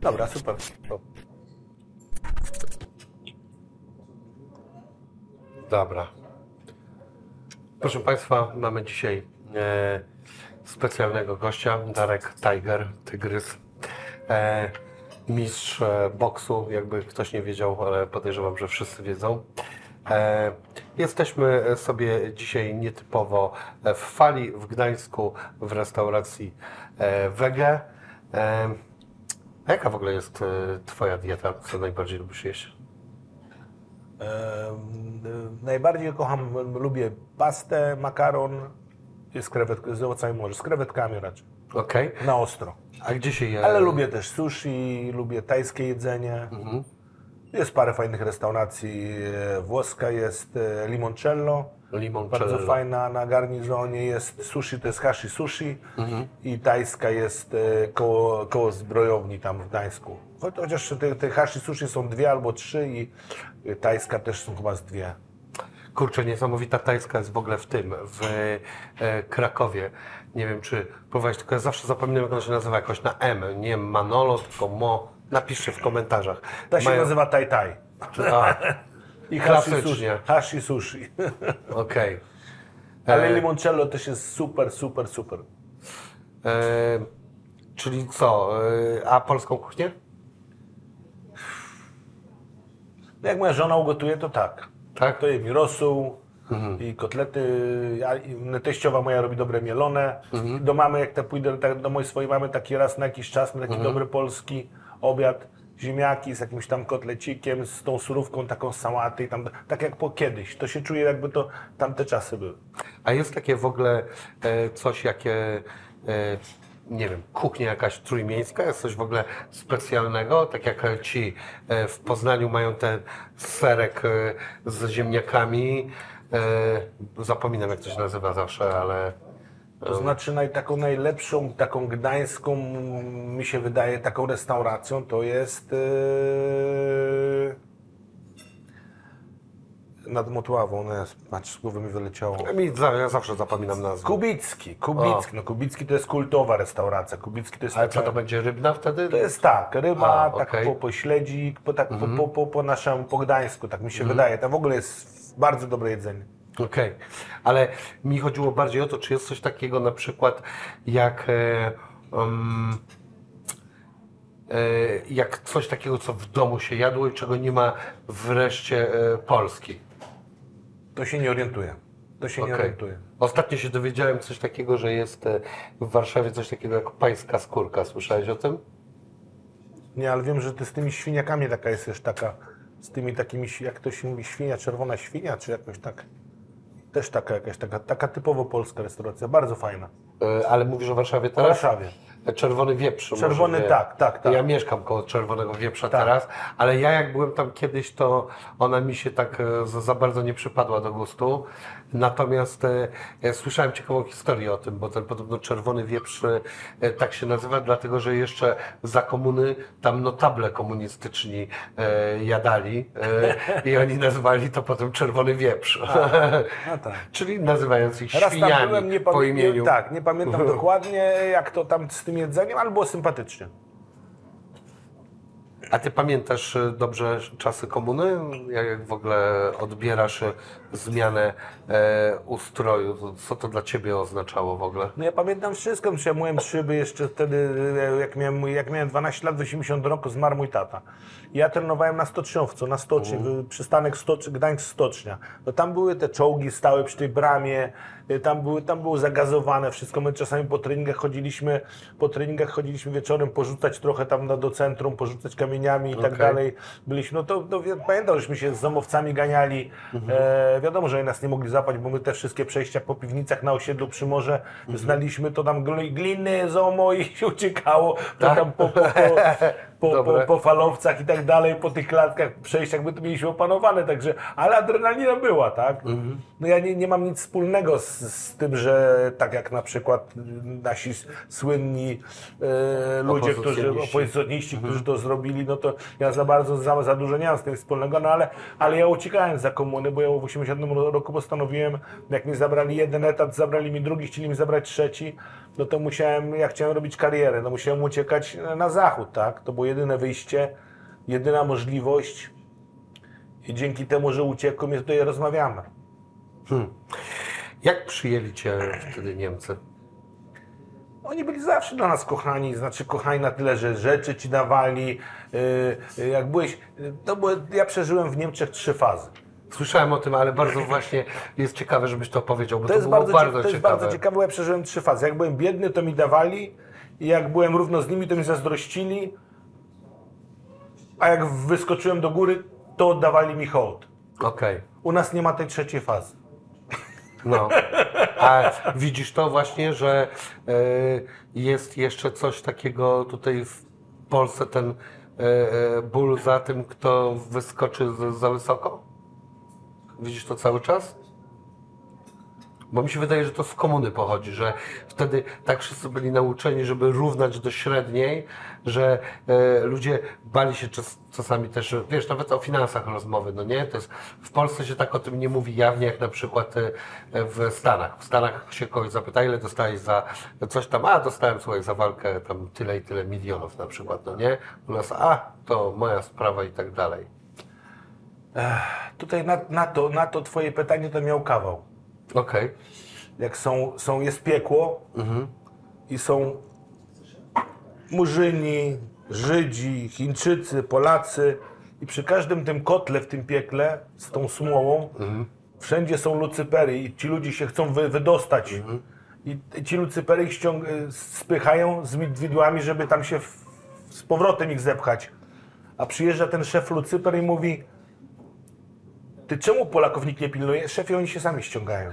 Dobra, super. Dobra. Proszę Państwa, mamy dzisiaj specjalnego gościa, Darek Tiger, Tygrys, mistrz boksu, jakby ktoś nie wiedział, ale podejrzewam, że wszyscy wiedzą. Jesteśmy sobie dzisiaj nietypowo w Fali, w Gdańsku, w restauracji Wege. A jaka w ogóle jest Twoja dieta? Co najbardziej lubisz jeść? Najbardziej lubię pastę, makaron z owocami morza, z krewetkami raczej. Okej. Na ostro. A gdzie się je? Ale lubię też sushi, lubię tajskie jedzenie. Jest parę fajnych restauracji. Włoska jest Limoncello. Bardzo fajna na garnizonie jest sushi, to jest Hashi Sushi. I tajska jest koło zbrojowni tam w Gdańsku. Chociaż te Hashi Sushi są 2 albo 3 i tajska też są chyba z 2. Kurczę, niesamowita tajska jest w ogóle w Krakowie. Nie wiem, czy próbowałeś, tylko ja zawsze zapominam, jak ona się nazywa, jakoś na M. Nie Manolo, tylko Mo. Napiszcie w komentarzach. Ta się nazywa Tai Tai. I Hashi Sushi. Okej. Ale limoncello też jest super. Czyli co? A polską kuchnię? Jak moja żona ugotuje, to tak. Tak? To je mi rosół i kotlety. Teściowa moja robi dobre mielone. Do mamy, jak pójdę do mojej swojej mamy, taki raz na jakiś czas, na taki dobry polski obiad. Ziemniaki z jakimś tam kotlecikiem, z tą surówką, taką sałaty i tam, tak jak po kiedyś. To się czuje, jakby to tamte czasy były. A jest takie w ogóle coś, nie wiem, kuchnia jakaś trójmiejska, jest coś w ogóle specjalnego, tak jak ci w Poznaniu mają ten serek z ziemniakami, zapominam, jak to się nazywa zawsze, ale... To znaczy taką najlepszą, taką gdańską, mi się wydaje, taką restauracją to jest nad Motławą, patrz, z głowy mi wyleciało. Ja zawsze zapominam nazwę. Kubicki. No Kubicki to jest kultowa restauracja. Kubicki to jest Ale co to będzie, rybna wtedy? To jest tak, ryba, tak okay. po śledzik, po naszemu, po gdańsku, tak mi się wydaje. To w ogóle jest bardzo dobre jedzenie. Okej, ale mi chodziło bardziej o to, czy jest coś takiego na przykład jak coś takiego, co w domu się jadło i czego nie ma w reszcie Polski. To się nie orientuję. Nie orientuję. Ostatnio się dowiedziałem coś takiego, że jest w Warszawie coś takiego jak pańska skórka. Słyszałeś o tym? Nie, ale wiem, że z tymi świniakami taka jest też taka, z tymi takimi, jak to się mówi, świnia, czerwona świnia, czy jakoś tak. Też taka typowo polska restauracja, bardzo fajna. Ale mówisz o Warszawie teraz? O Warszawie. Czerwony Wieprz. Czerwony, tak. Ja mieszkam koło Czerwonego Wieprza teraz, ale ja jak byłem tam kiedyś, to ona mi się tak za bardzo nie przypadła do gustu. Natomiast słyszałem ciekawą historię o tym, bo ten podobno Czerwony Wieprz tak się nazywa, dlatego że jeszcze za komuny tam notable komunistyczni jadali i oni nazywali to potem Czerwony Wieprz. Tak. Czyli nazywając ich Raz świniami tam byłem, po imieniu. Tak, nie pamiętam dokładnie jak to tam z tym jedzeniem, ale było sympatycznie. A ty pamiętasz dobrze czasy komuny? Jak w ogóle odbierasz zmianę ustroju? Co to dla ciebie oznaczało w ogóle? No ja pamiętam wszystko, ja myłem szyby jeszcze wtedy, jak miałem 12 lat, w 80 roku zmarł mój tata. Ja trenowałem na Stoczniowcu, na stoczni, przystanek Gdańsk Stocznia. No tam były te czołgi stałe przy tej bramie, tam było zagazowane wszystko. My czasami po treningach chodziliśmy wieczorem porzucać trochę tam do centrum, porzucać kamieniami i tak dalej. Byliśmy, pamiętam, żeśmy się z zomowcami ganiali. Wiadomo, że nas nie mogli zapać, bo my te wszystkie przejścia po piwnicach na osiedlu przy morze znaliśmy, to tam gliny, zomo i się uciekało. To tam po falowcach i tak dalej, po tych klatkach, przejściach, my to mieliśmy opanowane, także, ale adrenalina była, tak? No ja nie mam nic wspólnego z tym, że tak jak na przykład nasi słynni ludzie, opozycjoniści, którzy to zrobili, no to ja za dużo nie mam z tym wspólnego, no ale ja uciekałem za komuny, bo ja w 80 roku postanowiłem, jak mi zabrali jeden etat, zabrali mi drugi, chcieli mi zabrać trzeci, no to ja chciałem robić karierę, no musiałem uciekać na zachód, tak? To było jedyne wyjście, jedyna możliwość i dzięki temu, że uciekłem, my tutaj rozmawiamy. Jak przyjęli Cię wtedy Niemcy? Oni byli zawsze dla nas kochani, znaczy kochani na tyle, że rzeczy ci dawali. Jak byłeś, ja przeżyłem w Niemczech 3 fazy. Słyszałem o tym, ale bardzo właśnie jest ciekawe, żebyś to powiedział, bo to jest było bardzo, bardzo to jest ciekawe. bardzo ciekawe, bo ja przeżyłem 3 fazy. Jak byłem biedny, to mi dawali, i jak byłem równo z nimi, to mi zazdrościli, a jak wyskoczyłem do góry, to oddawali mi hołd. Okej. U nas nie ma tej 3. fazy. No. A widzisz to właśnie, że jest jeszcze coś takiego tutaj w Polsce, ten ból za tym, kto wyskoczy za wysoko? Widzisz to cały czas? Bo mi się wydaje, że to z komuny pochodzi, że wtedy tak wszyscy byli nauczeni, żeby równać do średniej, że ludzie bali się czasami też, wiesz, nawet o finansach rozmowy, no nie? To jest, w Polsce się tak o tym nie mówi jawnie, jak na przykład w Stanach. W Stanach się kogoś zapyta, ile dostałeś za coś tam, dostałem, słuchaj, za walkę tam tyle i tyle milionów na przykład, no nie? U nas, to moja sprawa i tak dalej. Tutaj na to twoje pytanie to miał kawał. Okej. Jak jest piekło i są Murzyni, Żydzi, Chińczycy, Polacy i przy każdym tym kotle w tym piekle z tą smołą wszędzie są lucypery i ci ludzie się chcą wydostać i ci lucypery ich spychają z widłami, żeby tam się z powrotem ich zepchać. A przyjeżdża ten szef lucyper i mówi: ty czemu Polaków nikt nie pilnuje? Szefie, oni się sami ściągają.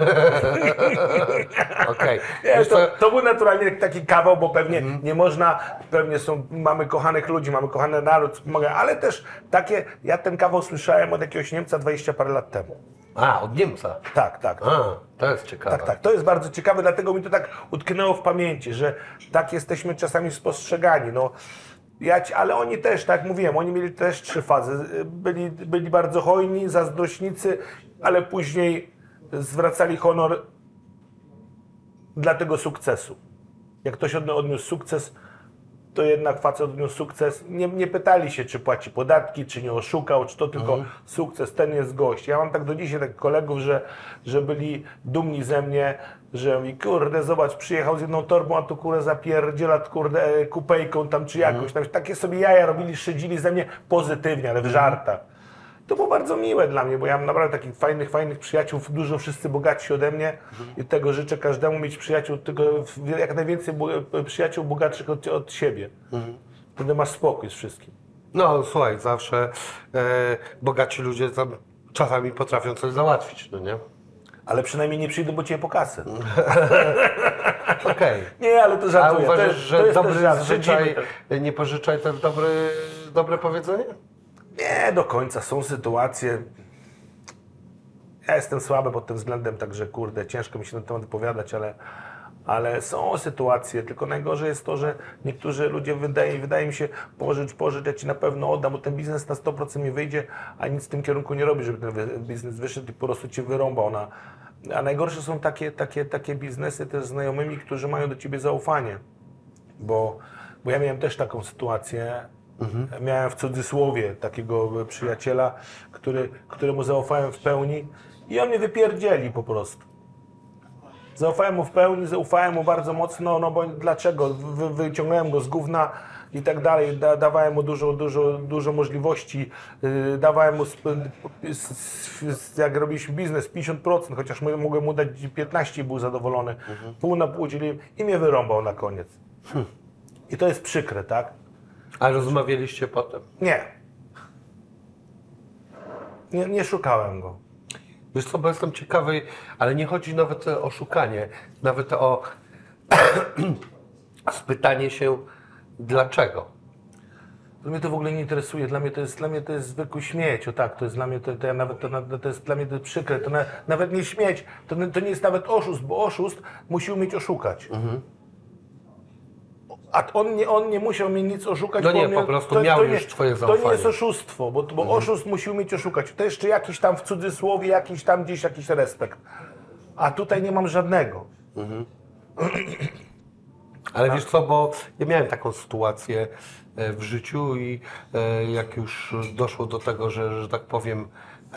Okej. To był naturalnie taki kawał, bo pewnie nie można, mamy kochanych ludzi, mamy kochany naród, ale też ja ten kawał słyszałem od jakiegoś Niemca 20 parę lat temu. Od Niemca? Tak. To jest ciekawe. Tak, to jest bardzo ciekawe, dlatego mi to tak utknęło w pamięci, że tak jesteśmy czasami spostrzegani. No. Ale oni też, tak jak mówiłem, oni mieli też 3 fazy. Byli bardzo hojni, zazdrośnicy, ale później zwracali honor dla tego sukcesu. Jak ktoś odniósł sukces, to jednak facet odniósł sukces. Nie pytali się, czy płaci podatki, czy nie oszukał, czy to tylko sukces, ten jest gość. Ja mam tak do dzisiaj takich kolegów, że byli dumni ze mnie, że mi, kurde, zobacz, przyjechał z jedną torbą, a tu kurde zapierdziela, kurde, kupejką tam, czy jakoś tam. Takie sobie jaja robili, szydzili ze mnie pozytywnie, ale w żartach. To było bardzo miłe dla mnie, bo ja mam naprawdę takich fajnych przyjaciół, dużo wszyscy bogatsi ode mnie i tego życzę każdemu mieć przyjaciół, tylko jak najwięcej przyjaciół bogatszych od siebie. Wtedy masz spokój z wszystkim. No słuchaj, zawsze bogaci ludzie tam czasami potrafią coś załatwić, no nie? Ale przynajmniej nie przyjdą, bo cię po kasę. Okej. Nie, ale to żartuję. A uważasz, że dobry żart, zwyczaj, nie pożyczaj, to dobre powiedzenie? Nie do końca. Są sytuacje. Ja jestem słaby pod tym względem, także kurde, ciężko mi się na ten temat wypowiadać, ale są sytuacje, tylko najgorzej jest to, że niektórzy ludzie wydaje mi się, pożycz, ja ci na pewno oddam, bo ten biznes na 100% mi wyjdzie, a nic w tym kierunku nie robi, żeby ten biznes wyszedł i po prostu cię wyrąbał. A najgorsze są takie biznesy też z znajomymi, którzy mają do ciebie zaufanie, bo ja miałem też taką sytuację. Miałem w cudzysłowie takiego przyjaciela, któremu zaufałem w pełni i on mnie wypierdzieli po prostu. Zaufałem mu w pełni, zaufałem mu bardzo mocno, no bo dlaczego? Wyciągnąłem go z gówna i tak dalej, dawałem mu dużo możliwości, dawałem mu, jak robiliśmy biznes, 50%, chociaż mogłem mu dać 15% i był zadowolony, pół na pół udzieliłem i mnie wyrąbał na koniec. I to jest przykre, tak? A rozmawialiście potem? Nie szukałem go. Wiesz co, bo jestem ciekawy, ale nie chodzi nawet o szukanie, nawet o spytanie się dlaczego. Mnie to w ogóle nie interesuje, dla mnie to jest zwykły śmieć, to jest dla mnie, to jest dla mnie to przykre, to nawet nie śmieć, to nie jest nawet oszust, bo oszust musi umieć oszukać. A on nie musiał mnie nic oszukać. No nie, po prostu miał już twoje zaufanie. To nie jest oszustwo, bo oszust musi umieć oszukać. To jeszcze jakiś tam w cudzysłowie, jakiś respekt. A tutaj nie mam żadnego. Ale wiesz co, bo ja miałem taką sytuację w życiu i jak już doszło do tego, że tak powiem,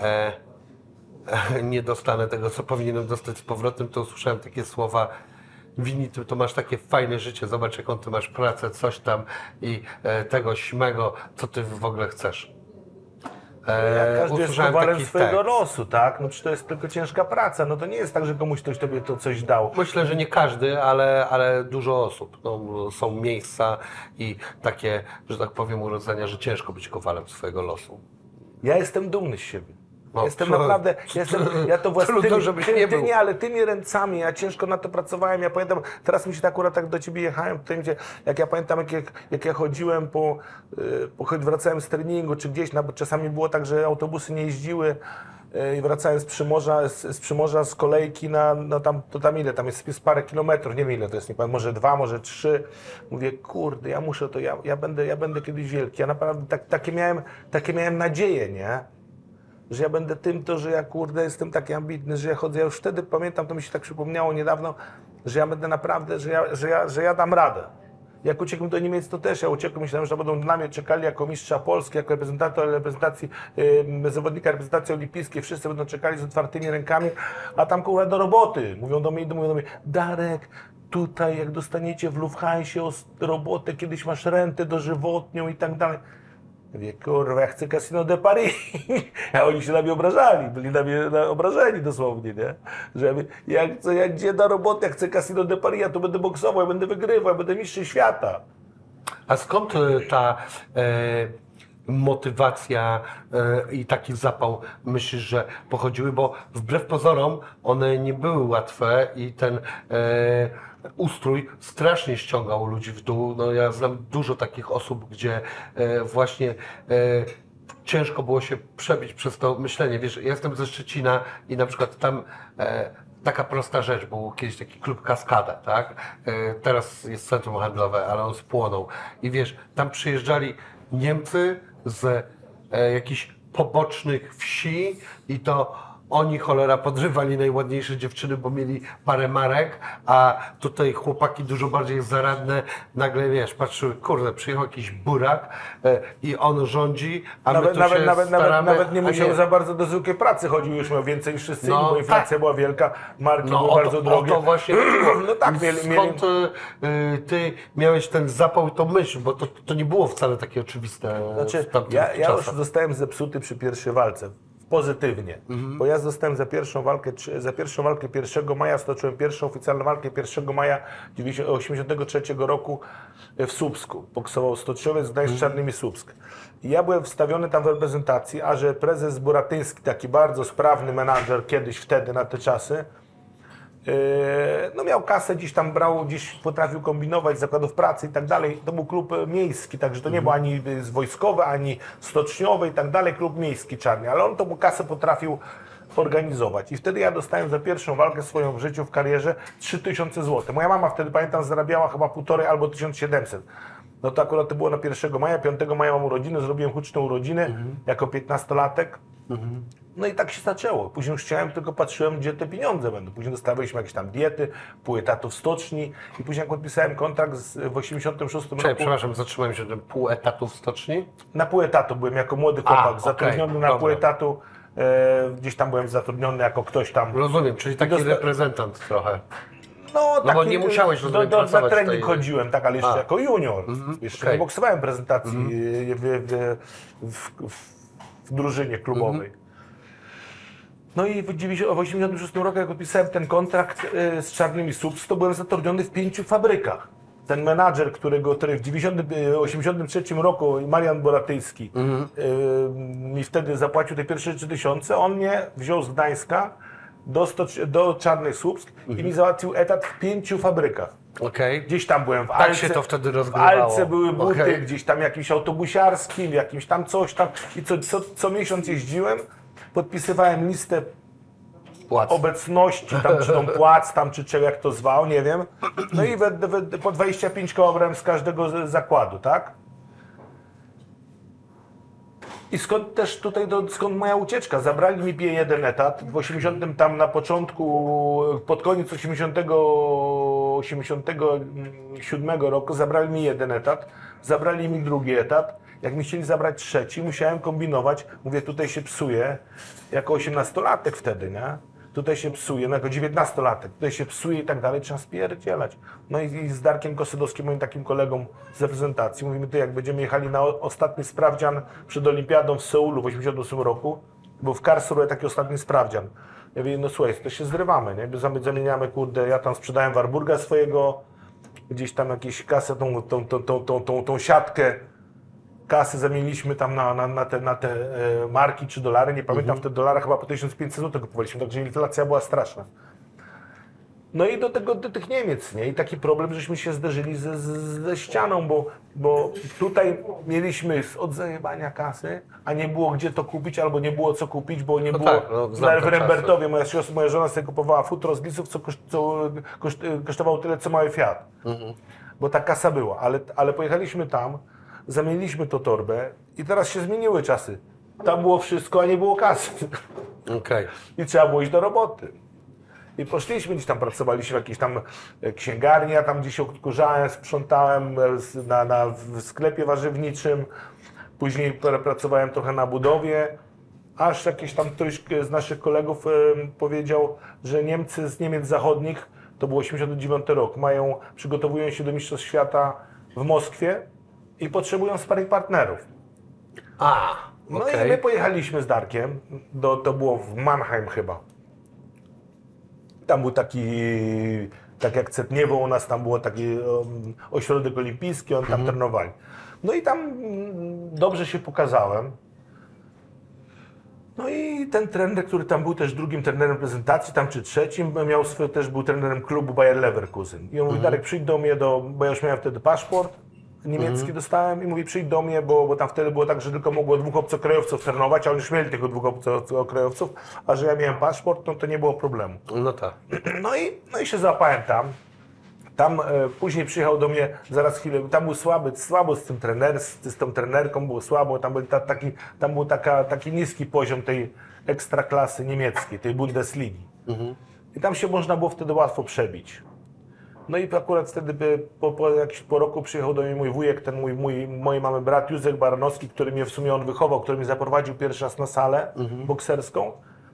nie dostanę tego, co powinienem dostać z powrotem, to usłyszałem takie słowa: Wini, ty to masz takie fajne życie, zobacz jaką ty masz pracę, coś tam i tego śmego, co ty w ogóle chcesz. Każdy jest kowalem swojego losu, tak? No czy to jest tylko ciężka praca, no to nie jest tak, że komuś ktoś tobie to coś dał. Myślę, że nie każdy, ale dużo osób. No, są miejsca i takie, że tak powiem, urodzenia, że ciężko być kowalem swojego losu. Ja jestem dumny z siebie. No, Jestem naprawdę, ja to trudno, żebyś nie był. nie, ale tymi ręcami, ja ciężko na to pracowałem, ja pamiętam, teraz mi się tak akurat tak do ciebie jechałem, tutaj, jak ja pamiętam, jak ja chodziłem choć wracałem z treningu, czy gdzieś, bo czasami było tak, że autobusy nie jeździły i wracałem z Przymorza, z kolejki to tam ile, tam jest parę kilometrów, nie wiem ile to jest, nie pamiętam, może 2, może 3, mówię, kurde, ja muszę to, ja będę kiedyś wielki, ja naprawdę takie miałem nadzieję, nie? Że ja będę tym, że ja kurde jestem taki ambitny, że ja chodzę, ja już wtedy pamiętam, to mi się tak przypomniało niedawno, że ja będę naprawdę, że ja dam radę. Jak uciekłem do Niemiec, to też ja uciekłem, myślałem, że będą na mnie czekali jako mistrza Polski, jako zawodnika reprezentacji olimpijskiej, wszyscy będą czekali z otwartymi rękami, a tam kurwa do roboty. Mówią do mnie, Darek, tutaj jak dostaniecie w Lufthansie robotę, kiedyś masz rentę dożywotnią i tak dalej. Ja mówię, kurwa, ja chcę Casino de Paris. A oni się na mnie obrażali, byli na mnie obrażeni dosłownie, nie? Że ja mówię, jak gdzie na robotę, jak chcę Casino de Paris, ja tu będę boksował, ja będę wygrywał, ja będę mistrzem świata. A skąd ta motywacja i taki zapał, myślisz, że pochodziły? Bo wbrew pozorom one nie były łatwe i ten ustrój strasznie ściągał ludzi w dół. No, ja znam dużo takich osób, gdzie właśnie ciężko było się przebić przez to myślenie. Wiesz, ja jestem ze Szczecina i na przykład tam taka prosta rzecz, był kiedyś taki klub Kaskada, tak? Teraz jest centrum handlowe, ale on spłonął. I wiesz, tam przyjeżdżali Niemcy z jakichś pobocznych wsi i to oni, cholera, podrywali najładniejsze dziewczyny, bo mieli parę marek, a tutaj chłopaki dużo bardziej zaradne, nagle, wiesz, patrzyły, kurde, przyjechał jakiś burak i on rządzi, a my tu się staramy, nawet nie musiał za bardzo do zwykłej pracy chodził, już miał więcej niż wszyscy, bo inflacja była wielka, marki były bardzo drogie. To właśnie no tak, skąd ty miałeś ten zapał, to myśl, bo to nie było wcale takie oczywiste znaczy, w tamtych ja czasach. już zostałem zepsuty przy pierwszej walce. Pozytywnie, bo ja zostałem za pierwszą walkę 1 maja, stoczyłem pierwszą oficjalną walkę 1 maja 1983 roku w Słupsku. Boksował Stotrzowiec, Gdańsk, Czarnymi Słupsk. I ja byłem wstawiony tam w reprezentacji, a że prezes Buratyński, taki bardzo sprawny menadżer wtedy na te czasy, no miał kasę, gdzieś tam brał, gdzieś potrafił kombinować z zakładów pracy i tak dalej. To był klub miejski, także to nie był ani wojskowy, ani stoczniowy i tak dalej, klub miejski czarny, ale on tą kasę potrafił organizować. I wtedy ja dostałem za pierwszą walkę swoją w życiu, w karierze 3000 zł. Moja mama wtedy, pamiętam, zarabiała chyba 1,5 albo 1700. No to akurat to było na 1 maja, 5 maja mam urodziny, zrobiłem huczne urodziny jako 15-latek. No i tak się zaczęło. Później już chciałem, tylko patrzyłem, gdzie te pieniądze będą. Później dostawaliśmy jakieś tam diety, pół etatu w stoczni i później jak podpisałem kontrakt w 86 roku... Przepraszam, zatrzymałem się, pół etatu w stoczni? Na pół etatu byłem jako młody chłopak, zatrudniony na pół etatu. Gdzieś tam byłem zatrudniony jako ktoś tam... Rozumiem, czyli taki reprezentant trochę. No bo nie musiałeś na trening chodziłem, tak, ale jeszcze jako junior. Jeszcze nie boksowałem prezentacji w drużynie klubowej. No i w 1986 roku, jak podpisałem ten kontrakt z Czarnymi Słupsk, to byłem zatrudniony w 5 fabrykach. Ten menadżer, który w 1983 roku, Marian Boratyński, mi wtedy zapłacił te pierwsze 3000, on mnie wziął z Gdańska do Czarnych Słupsk i mi załatwił etat w 5 fabrykach. Gdzieś tam byłem w Alce. Tak się to wtedy rozgrywało. W Alce były buty, gdzieś tam jakimś autobusiarskim, jakimś tam coś tam. I co miesiąc jeździłem, podpisywałem listę płac. Obecności, tam, czy tą płac, tam, czy czego, jak to zwał, nie wiem. No i po 25 koła brałem z każdego zakładu, tak? I skąd też tutaj, skąd moja ucieczka? Zabrali mi jeden etat, w 80 tam na początku, pod koniec 87 roku zabrali mi jeden etat, zabrali mi drugi etat. Jak mi chcieli zabrać trzeci, musiałem kombinować, mówię, tutaj się psuje, jako 18-latek wtedy, nie? Tutaj się psuje, no jako 19-latek, tutaj się psuje i tak dalej, trzeba spierdzielać. No i z Darkiem Kosydowskim, moim takim kolegą z reprezentacji, mówimy, to jak będziemy jechali na ostatni sprawdzian przed Olimpiadą w Seulu w 88 roku, bo w Karlsruhe taki ostatni sprawdzian. Ja mówię, no słuchaj, to się zrywamy, nie? Zamieniamy, kurde, ja tam sprzedałem Warburga swojego, gdzieś tam jakieś kasę, tą siatkę, kasy zamieniliśmy tam na te marki czy dolary, nie pamiętam, w te dolary chyba po 1500 zł kupowaliśmy, także inflacja była straszna. No i do tych Niemiec, nie? I taki problem, żeśmy się zderzyli ze ścianą, bo tutaj mieliśmy od zajebania kasy, a nie było gdzie to kupić, albo nie było co kupić, bo nie było w Rembertowie. Moja żona sobie kupowała futro z lisów, co kosztowało tyle, co mały Fiat. Bo ta kasa była, ale pojechaliśmy tam, zamieniliśmy to torbę i teraz się zmieniły czasy. Tam było wszystko, a nie było kasy. Okay. I trzeba było iść do roboty. I poszliśmy, gdzieś tam pracowaliśmy w jakiejś tam księgarni, ja tam gdzieś odkurzałem, sprzątałem w sklepie warzywniczym. Później pracowałem trochę na budowie. Aż jakiś tam któryś z naszych kolegów powiedział, że Niemcy z Niemiec Zachodnich, to był 89 rok, przygotowują się do Mistrzostw Świata w Moskwie i potrzebują sparring partnerów. No i my pojechaliśmy z Darkiem, to było w Mannheim chyba. Tam był taki, tak jak Cetniewo u nas, tam było taki ośrodek olimpijski, on tam trenowali. No i tam dobrze się pokazałem. No i ten trener, który tam był też drugim trenerem prezentacji, tam czy trzecim, też był trenerem klubu Bayer Leverkusen. I on mówi, Darek, przyjdź do mnie, bo ja już miałem wtedy paszport niemiecki dostałem i mówi, przyjdź do mnie, bo tam wtedy było tak, że tylko mogło 2 obcokrajowców trenować, a oni już mieli tylko 2 obcokrajowców, a że ja miałem paszport, no to nie było problemu. No tak. No i się załapałem tam. Tam później przyjechał do mnie, zaraz chwilę, tam był słabo z tym z tą trenerką było słabo, tam był taki niski poziom tej ekstraklasy niemieckiej, tej Bundesligi. I tam się można było wtedy łatwo przebić. No i akurat wtedy po roku przyjechał do mnie mój wujek, ten mojej mamy brat Józef Baranowski, który mnie w sumie on wychował, który mnie zaprowadził pierwszy raz na salę bokserską.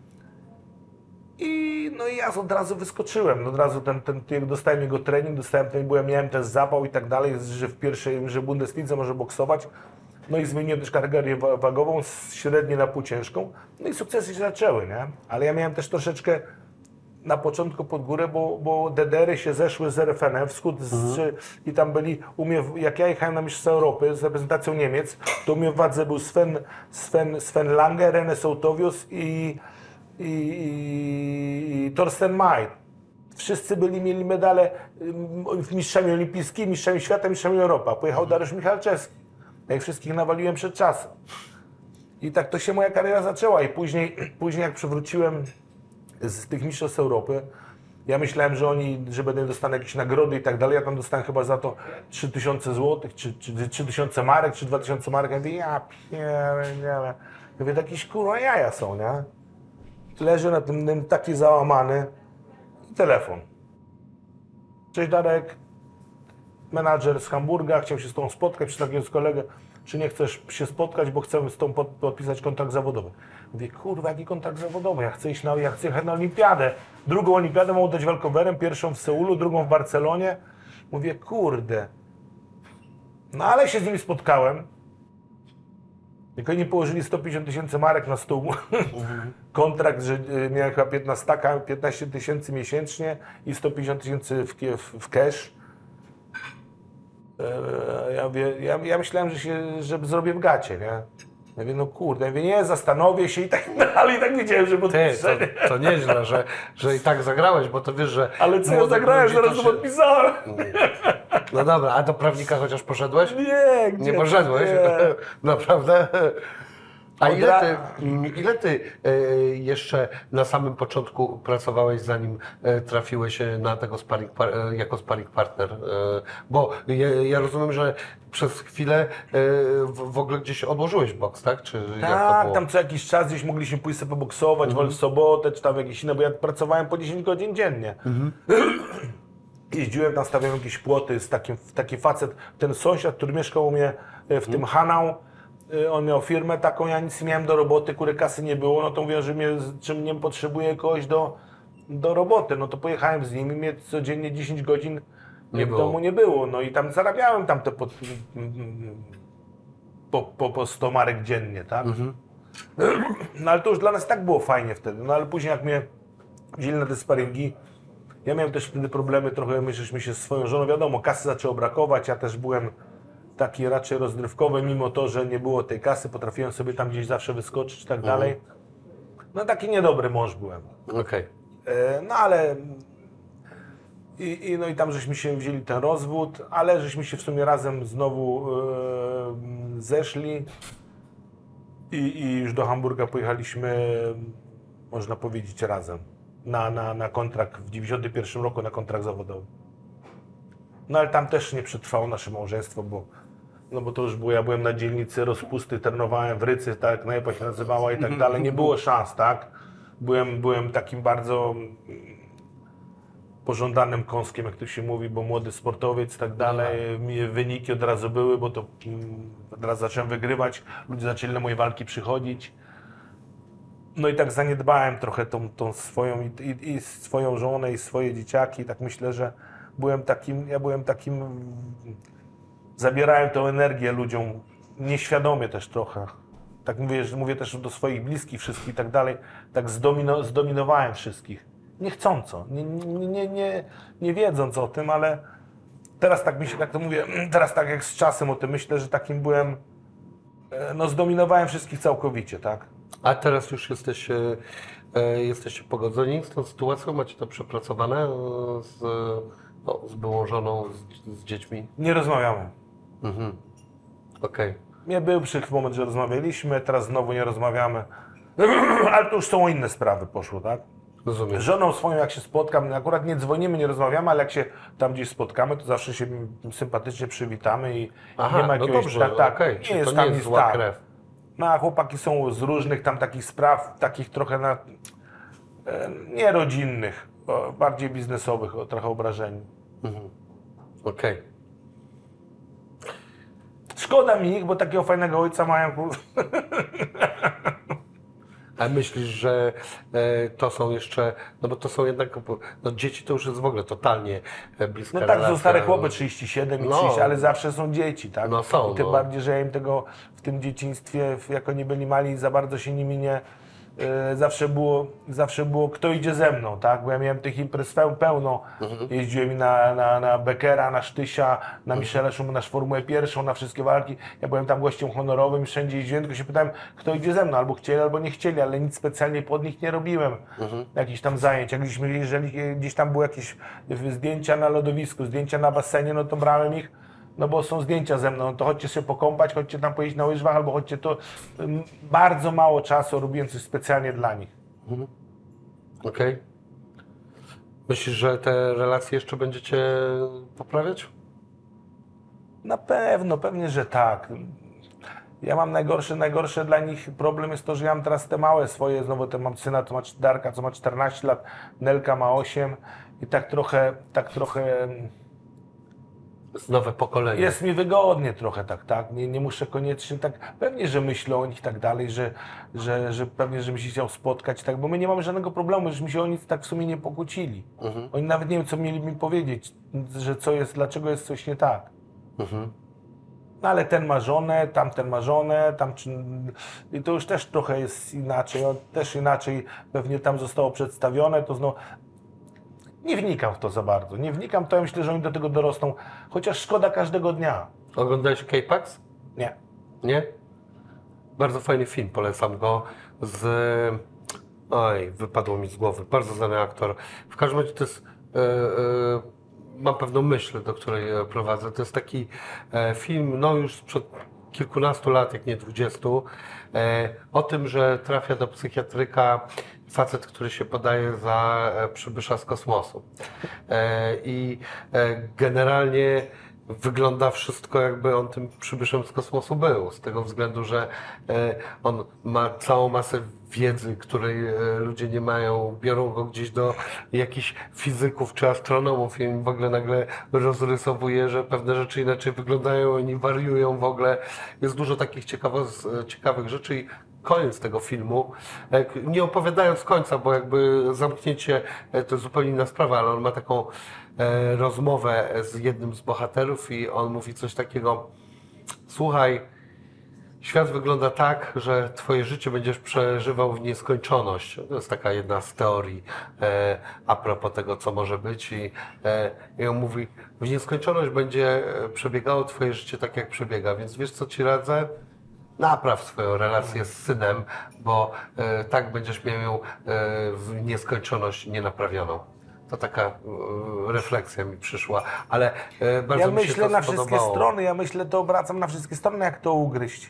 No i ja od razu wyskoczyłem, od razu jak dostałem jego trening, miałem też zapał i tak dalej, że w Bundeslidze może boksować. No i zmieniłem też kategorię wagową z średniej na półciężką. No i sukcesy się zaczęły, nie? Ale ja miałem też troszeczkę na początku pod górę, bo DDR-y się zeszły z RFN, wschód i tam byli, jak ja jechałem na Mistrzostwa Europy z reprezentacją Niemiec, to u mnie w wadze był Sven Lange, René Sołtowius i Torsten May. Wszyscy mieli medale mistrzami olimpijskimi, mistrzami świata, mistrzami Europy. Pojechał Dariusz Michalczewski. Ja ich wszystkich nawaliłem przed czasem. I tak to się moja kariera zaczęła. I później jak przywróciłem z tych mistrzostw Europy, ja myślałem, że będę dostanę jakieś nagrody i tak dalej. Ja tam dostałem chyba za to 3000 zł, czy 3000 marek, czy 2000 marek. Ja mówię, ja pierdzielę. Ja mówię, jakieś kurwa jaja są, nie? Leży na tym taki załamany i telefon. Cześć Darek, menadżer z Hamburga, chciał się z tobą spotkać, przedstawiłem z kolegę, czy nie chcesz się spotkać, bo chcemy z tobą podpisać kontrakt zawodowy. Mówię, kurwa, jaki kontrakt zawodowy? Ja chcę jechać na olimpiadę. Drugą olimpiadę mam oddać walkowerem, pierwszą w Seulu, drugą w Barcelonie. Mówię, kurde. No ale się z nimi spotkałem. Jak oni położyli 150 000 marek na stół, kontrakt, że miałem chyba 15 000 miesięcznie i 150 000 w cash. Ja myślałem, że zrobię w gacie, nie? Ja mówię, no kurde, ja mówię, nie, zastanowię się i tak dalej, i tak wiedziałem, że podpiszę. To nieźle, że i tak zagrałeś, bo to wiesz, że... Ale co ja zagrałem, zaraz to podpisałem. No dobra, a do prawnika chociaż poszedłeś? Nie, Nie poszedłeś? Nie. Naprawdę? A ile ty jeszcze na samym początku pracowałeś, zanim trafiłeś na tego jako sparring partner? Bo ja rozumiem, że przez chwilę w ogóle gdzieś odłożyłeś boks, tak? Czy jak to Tak, było? tam co jakiś czas gdzieś mogliśmy pójść sobie poboksować, w sobotę, czy tam jakieś inne, bo ja pracowałem po 10 godzin dziennie. Jeździłem tam, stawiałem jakieś płoty, jest taki facet, ten sąsiad, który mieszkał u mnie w tym Hanau, on miał firmę taką, ja nic nie miałem do roboty, kasy nie było, no to mówię, że czym nie potrzebuję kogoś do roboty, no to pojechałem z nim i mnie codziennie 10 godzin w domu nie było, no i tam zarabiałem tam te po 100 marek dziennie, tak? No ale to już dla nas tak było fajnie wtedy, no ale później jak mnie wzięli na te sparingi, ja miałem też wtedy problemy trochę, my żeśmy się z swoją żoną, wiadomo, kasy zaczęło brakować, ja też byłem taki raczej rozrywkowy, mimo to, że nie było tej kasy, potrafiłem sobie tam gdzieś zawsze wyskoczyć i tak dalej. No taki niedobry mąż byłem. Okej. No ale no i tam żeśmy się wzięli ten rozwód, ale żeśmy się w sumie razem znowu zeszli i już do Hamburga pojechaliśmy, można powiedzieć, razem. Na kontrakt w 91 roku, na kontrakt zawodowy. No ale tam też nie przetrwało nasze małżeństwo, bo to już było, ja byłem na dzielnicy rozpusty, trenowałem w Rycy, tak jak knajpa się nazywała i tak dalej, nie było szans, tak? Byłem takim bardzo pożądanym kąskiem, jak to się mówi, bo młody sportowiec i tak dalej, wyniki od razu były, bo to od razu zacząłem wygrywać, ludzie zaczęli na moje walki przychodzić. No i tak zaniedbałem trochę tą swoją i swoją żonę i swoje dzieciaki, tak myślę, że byłem takim, zabierałem tę energię ludziom, nieświadomie też trochę. Tak mówię też do swoich bliskich wszystkich i tak dalej, tak zdominowałem wszystkich. Niechcąco, nie wiedząc o tym, ale teraz tak mi się, tak to mówię, teraz tak jak z czasem o tym myślę, że takim byłem, no zdominowałem wszystkich całkowicie, tak? A teraz już jesteście pogodzeni z tą sytuacją? Macie to przepracowane z byłą żoną, z dziećmi? Nie rozmawiamy. Okej. Był moment, że rozmawialiśmy, teraz znowu nie rozmawiamy, ale to już są inne sprawy poszło, tak? Rozumiem. Z żoną swoją jak się spotkam, akurat nie dzwonimy, nie rozmawiamy, ale jak się tam gdzieś spotkamy, to zawsze się sympatycznie przywitamy i Aha, nie ma jakiegoś... dobrze, okej. Nie jest to tam nie jest zła krew. No a chłopaki są z różnych tam takich spraw, takich trochę nie rodzinnych, bardziej biznesowych, trochę obrażeni. Okej. Szkoda mi ich, bo takiego fajnego ojca mają, kurde. A myślisz, że to są jeszcze, no bo to są jednak, no dzieci to już jest w ogóle totalnie bliska No tak, relacja. są stare chłopy, 37 i 30, ale zawsze są dzieci, tak? No są, I tym bardziej, że ja im tego w tym dzieciństwie, jak oni byli mali, za bardzo się nimi nie... Zawsze było kto idzie ze mną, tak? Bo ja miałem tych imprez pełno. Jeździłem i na Beckera, na Sztysia, na Michela Szuma, na Formułę pierwszą, na wszystkie walki. Ja byłem tam gościem honorowym i wszędzie jeździłem, tylko się pytałem, kto idzie ze mną. Albo chcieli, albo nie chcieli, ale nic specjalnie pod nich nie robiłem. Jakichś tam zajęć. Jeżeli gdzieś tam były jakieś zdjęcia na lodowisku, zdjęcia na basenie, no to brałem ich. No bo są zdjęcia ze mną, no to chodźcie się pokąpać, chodźcie tam pojeździć na łyżwach, albo chodźcie to... Bardzo mało czasu robiłem coś specjalnie dla nich. Okej. Myślisz, że te relacje jeszcze będziecie poprawiać? Na pewno, pewnie, że tak. Ja mam najgorsze dla nich problem jest to, że ja mam teraz te małe swoje, znowu mam syna, co ma Darka, co ma 14 lat, Nelka ma 8 i tak trochę jest nowe pokolenie. Jest mi wygodnie trochę tak. Nie muszę koniecznie tak, pewnie, że myślę o nich tak dalej, że pewnie, że mi się chciał spotkać, tak, bo my nie mamy żadnego problemu, żeśmy się o nic tak w sumie nie pokłócili. Oni nawet nie wiem, co mieli mi powiedzieć, że dlaczego jest coś nie tak. No ale ten ma żonę, tamten ma żonę, i to już też trochę jest inaczej, też inaczej pewnie tam zostało przedstawione, to znowu... Nie wnikam w to za bardzo, nie wnikam, to ja myślę, że oni do tego dorosną, chociaż szkoda każdego dnia. Oglądałeś K-Pax? Nie. Nie? Bardzo fajny film, polecam go wypadło mi z głowy, bardzo znany aktor. W każdym razie to jest, mam pewną myśl, do której prowadzę. To jest taki film, no już sprzed kilkunastu lat, jak nie 20, o tym, że trafia do psychiatryka facet, który się podaje za przybysza z kosmosu. I generalnie wygląda wszystko, jakby on tym przybyszem z kosmosu był, z tego względu, że on ma całą masę wiedzy, której ludzie nie mają, biorą go gdzieś do jakichś fizyków czy astronomów i im w ogóle nagle rozrysowuje, że pewne rzeczy inaczej wyglądają, oni wariują w ogóle. Jest dużo takich ciekawych rzeczy i koniec tego filmu, nie opowiadając końca, bo jakby zamknięcie to jest zupełnie inna sprawa, ale on ma taką rozmowę z jednym z bohaterów i on mówi coś takiego: słuchaj, świat wygląda tak, że twoje życie będziesz przeżywał w nieskończoność. To jest taka jedna z teorii a propos tego, co może być i on mówi, w nieskończoność będzie przebiegało twoje życie tak, jak przebiega, więc wiesz, co ci radzę? Napraw swoją relację z synem, bo tak będziesz miał ją w nieskończoność nienaprawioną. To taka refleksja mi przyszła, ale bardzo Ja mi się myślę to na spodobało. wszystkie strony, ja myślę, to obracam na wszystkie strony, jak to ugryźć.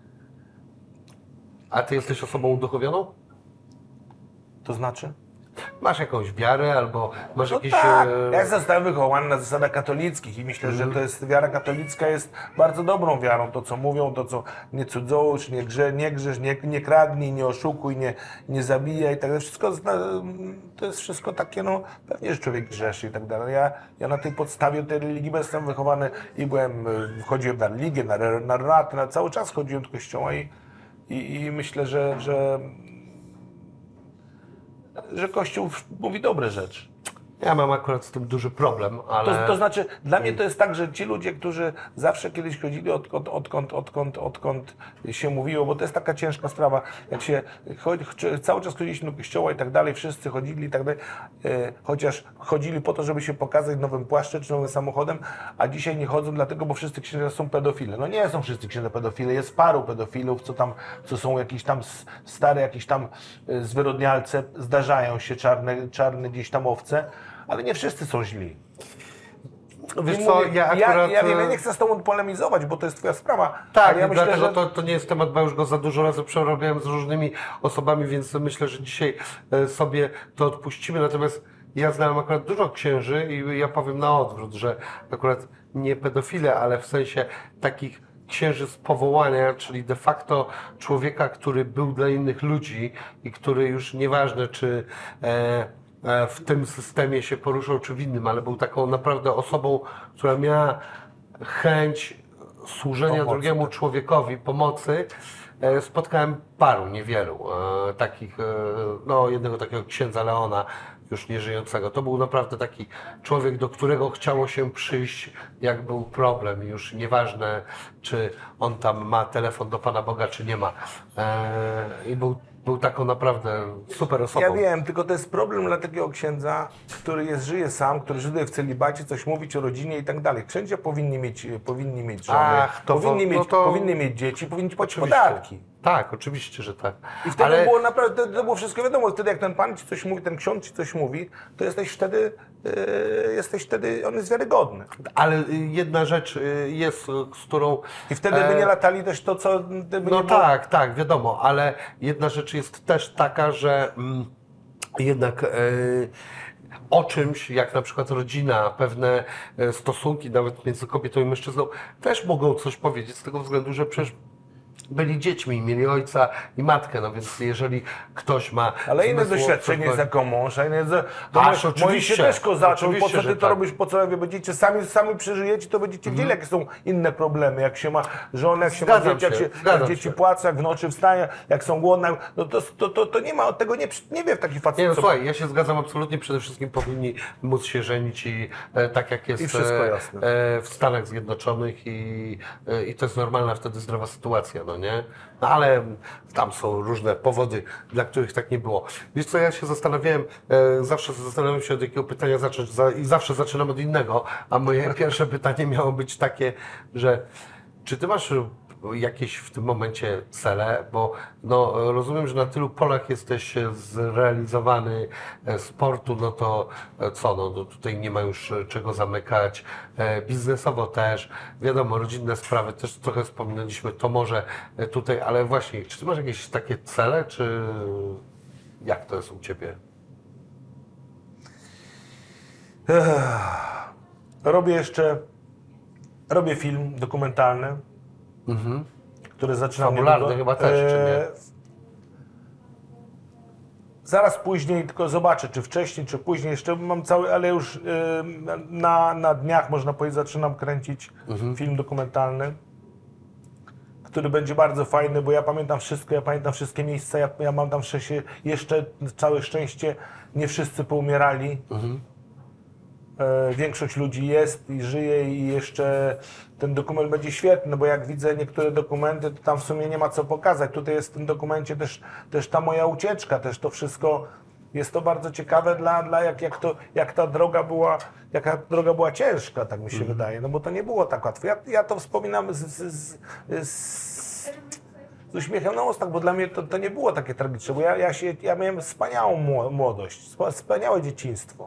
A ty jesteś osobą uduchowioną? To znaczy? Masz jakąś wiarę albo masz No jakieś... tak, ja zostałem wychowany na zasadach katolickich i myślę, że to jest, wiara katolicka jest bardzo dobrą wiarą. To, co mówią, to, co nie cudzołóż, nie grzesz, nie kradnij, nie oszukuj, nie zabijaj i tak dalej. Wszystko, to jest wszystko takie, no pewnie, że człowiek grzeszy i tak dalej. Ja na tej podstawie tej religii jestem wychowany i chodziłem na religię, na raty, cały czas chodziłem do kościoła i myślę, że Kościół mówi dobre rzeczy. Ja mam akurat z tym duży problem, ale... To znaczy, dla mnie to jest tak, że ci ludzie, którzy zawsze kiedyś chodzili, odkąd się mówiło, bo to jest taka ciężka sprawa, jak się cały czas chodziliśmy do kościoła i tak dalej, wszyscy chodzili i tak dalej, chociaż chodzili po to, żeby się pokazać nowym płaszczem czy nowym samochodem, a dzisiaj nie chodzą dlatego, bo wszyscy księża są pedofile. No nie są wszyscy księża pedofile, jest paru pedofilów, co są jakieś tam stare, jakieś tam zwyrodnialce, zdarzają się czarne gdzieś tam owce, ale nie wszyscy są źli. Wiesz co, ja akurat... Ja wiem, ja nie chcę z tobą polemizować, bo to jest twoja sprawa. Tak, ale ja myślę, dlatego że... to nie jest temat, bo już go za dużo razy przerabiałem z różnymi osobami, więc myślę, że dzisiaj sobie to odpuścimy. Natomiast ja znałem akurat dużo księży i ja powiem na odwrót, że akurat nie pedofile, ale w sensie takich księży z powołania, czyli de facto człowieka, który był dla innych ludzi i który już nieważne, czy w tym systemie się poruszał, czy w innym, ale był taką naprawdę osobą, która miała chęć służenia drugiemu człowiekowi, pomocy. Spotkałem paru, niewielu takich, no jednego takiego księdza Leona, już nieżyjącego. To był naprawdę taki człowiek, do którego chciało się przyjść, jak był problem. Już nieważne, czy on tam ma telefon do Pana Boga, czy nie ma. I był taką naprawdę super osobą. Ja wiem, tylko to jest problem dla takiego księdza, który żyje sam, który żyje w celibacie, coś mówić o rodzinie i tak dalej. Księcia powinni mieć żony, powinni mieć dzieci, powinni płacić podatki. Tak, oczywiście, że tak. I wtedy było naprawdę, to było wszystko wiadomo. Wtedy jak ten pan ci coś mówi, ten ksiądz ci coś mówi, to jesteś wtedy, on jest wiarygodny. Ale jedna rzecz jest, z którą... I wtedy by nie latali też to, co... No tak, tak, wiadomo, ale jedna rzecz jest też taka, że jednak... o czymś, jak na przykład rodzina, pewne stosunki nawet między kobietą i mężczyzną też mogą coś powiedzieć z tego względu, że przecież byli dziećmi, mieli ojca i matkę, no więc jeżeli ktoś ma... Ale inne doświadczenie jest jako mąż, a inne... Moi się też zaczął, po co ty to robisz, po co będziecie sami przeżyjecie, to będziecie wiedzieli, jakie są inne problemy, jak się ma żonę, jak się ma dzieci, jak dzieci płacą, jak w nocy wstają, jak są głodne, no to nie ma, od tego nie wie w taki facet. Nie, no słuchaj, ja się zgadzam absolutnie, przede wszystkim powinni móc się żenić i tak jak jest w Stanach Zjednoczonych i to jest normalna wtedy zdrowa sytuacja, no nie? No ale tam są różne powody, dla których tak nie było. Wiesz co, ja się zastanawiałem, zawsze zastanawiam się od jakiego pytania zacząć i zawsze zaczynam od innego, a moje pierwsze pytanie miało być takie, że czy ty masz jakieś w tym momencie cele? Bo no, rozumiem, że na tylu polach jesteś zrealizowany sportu, no to co, no to tutaj nie ma już czego zamykać, biznesowo też, wiadomo, rodzinne sprawy też trochę wspominaliśmy, to może tutaj, ale właśnie, czy ty masz jakieś takie cele, czy jak to jest u Ciebie? Robię film dokumentalny, który zaczynam Fabularny niedługo. chyba też, czy nie? Zaraz później, tylko zobaczę, czy wcześniej, czy później. Jeszcze mam cały, ale już na dniach, można powiedzieć, zaczynam kręcić film dokumentalny, który będzie bardzo fajny, bo ja pamiętam wszystko, ja pamiętam wszystkie miejsca, ja mam tam jeszcze całe szczęście, nie wszyscy poumierali. Większość ludzi jest i żyje i jeszcze ten dokument będzie świetny, bo jak widzę niektóre dokumenty, to tam w sumie nie ma co pokazać. Tutaj jest w tym dokumencie też ta moja ucieczka, też to wszystko, jest to bardzo ciekawe jaka droga była ciężka, tak mi się wydaje, no bo to nie było tak łatwo. Ja to wspominam z uśmiechem na ustach, bo dla mnie to nie było takie tragiczne, bo ja miałem wspaniałą młodość, wspaniałe dzieciństwo.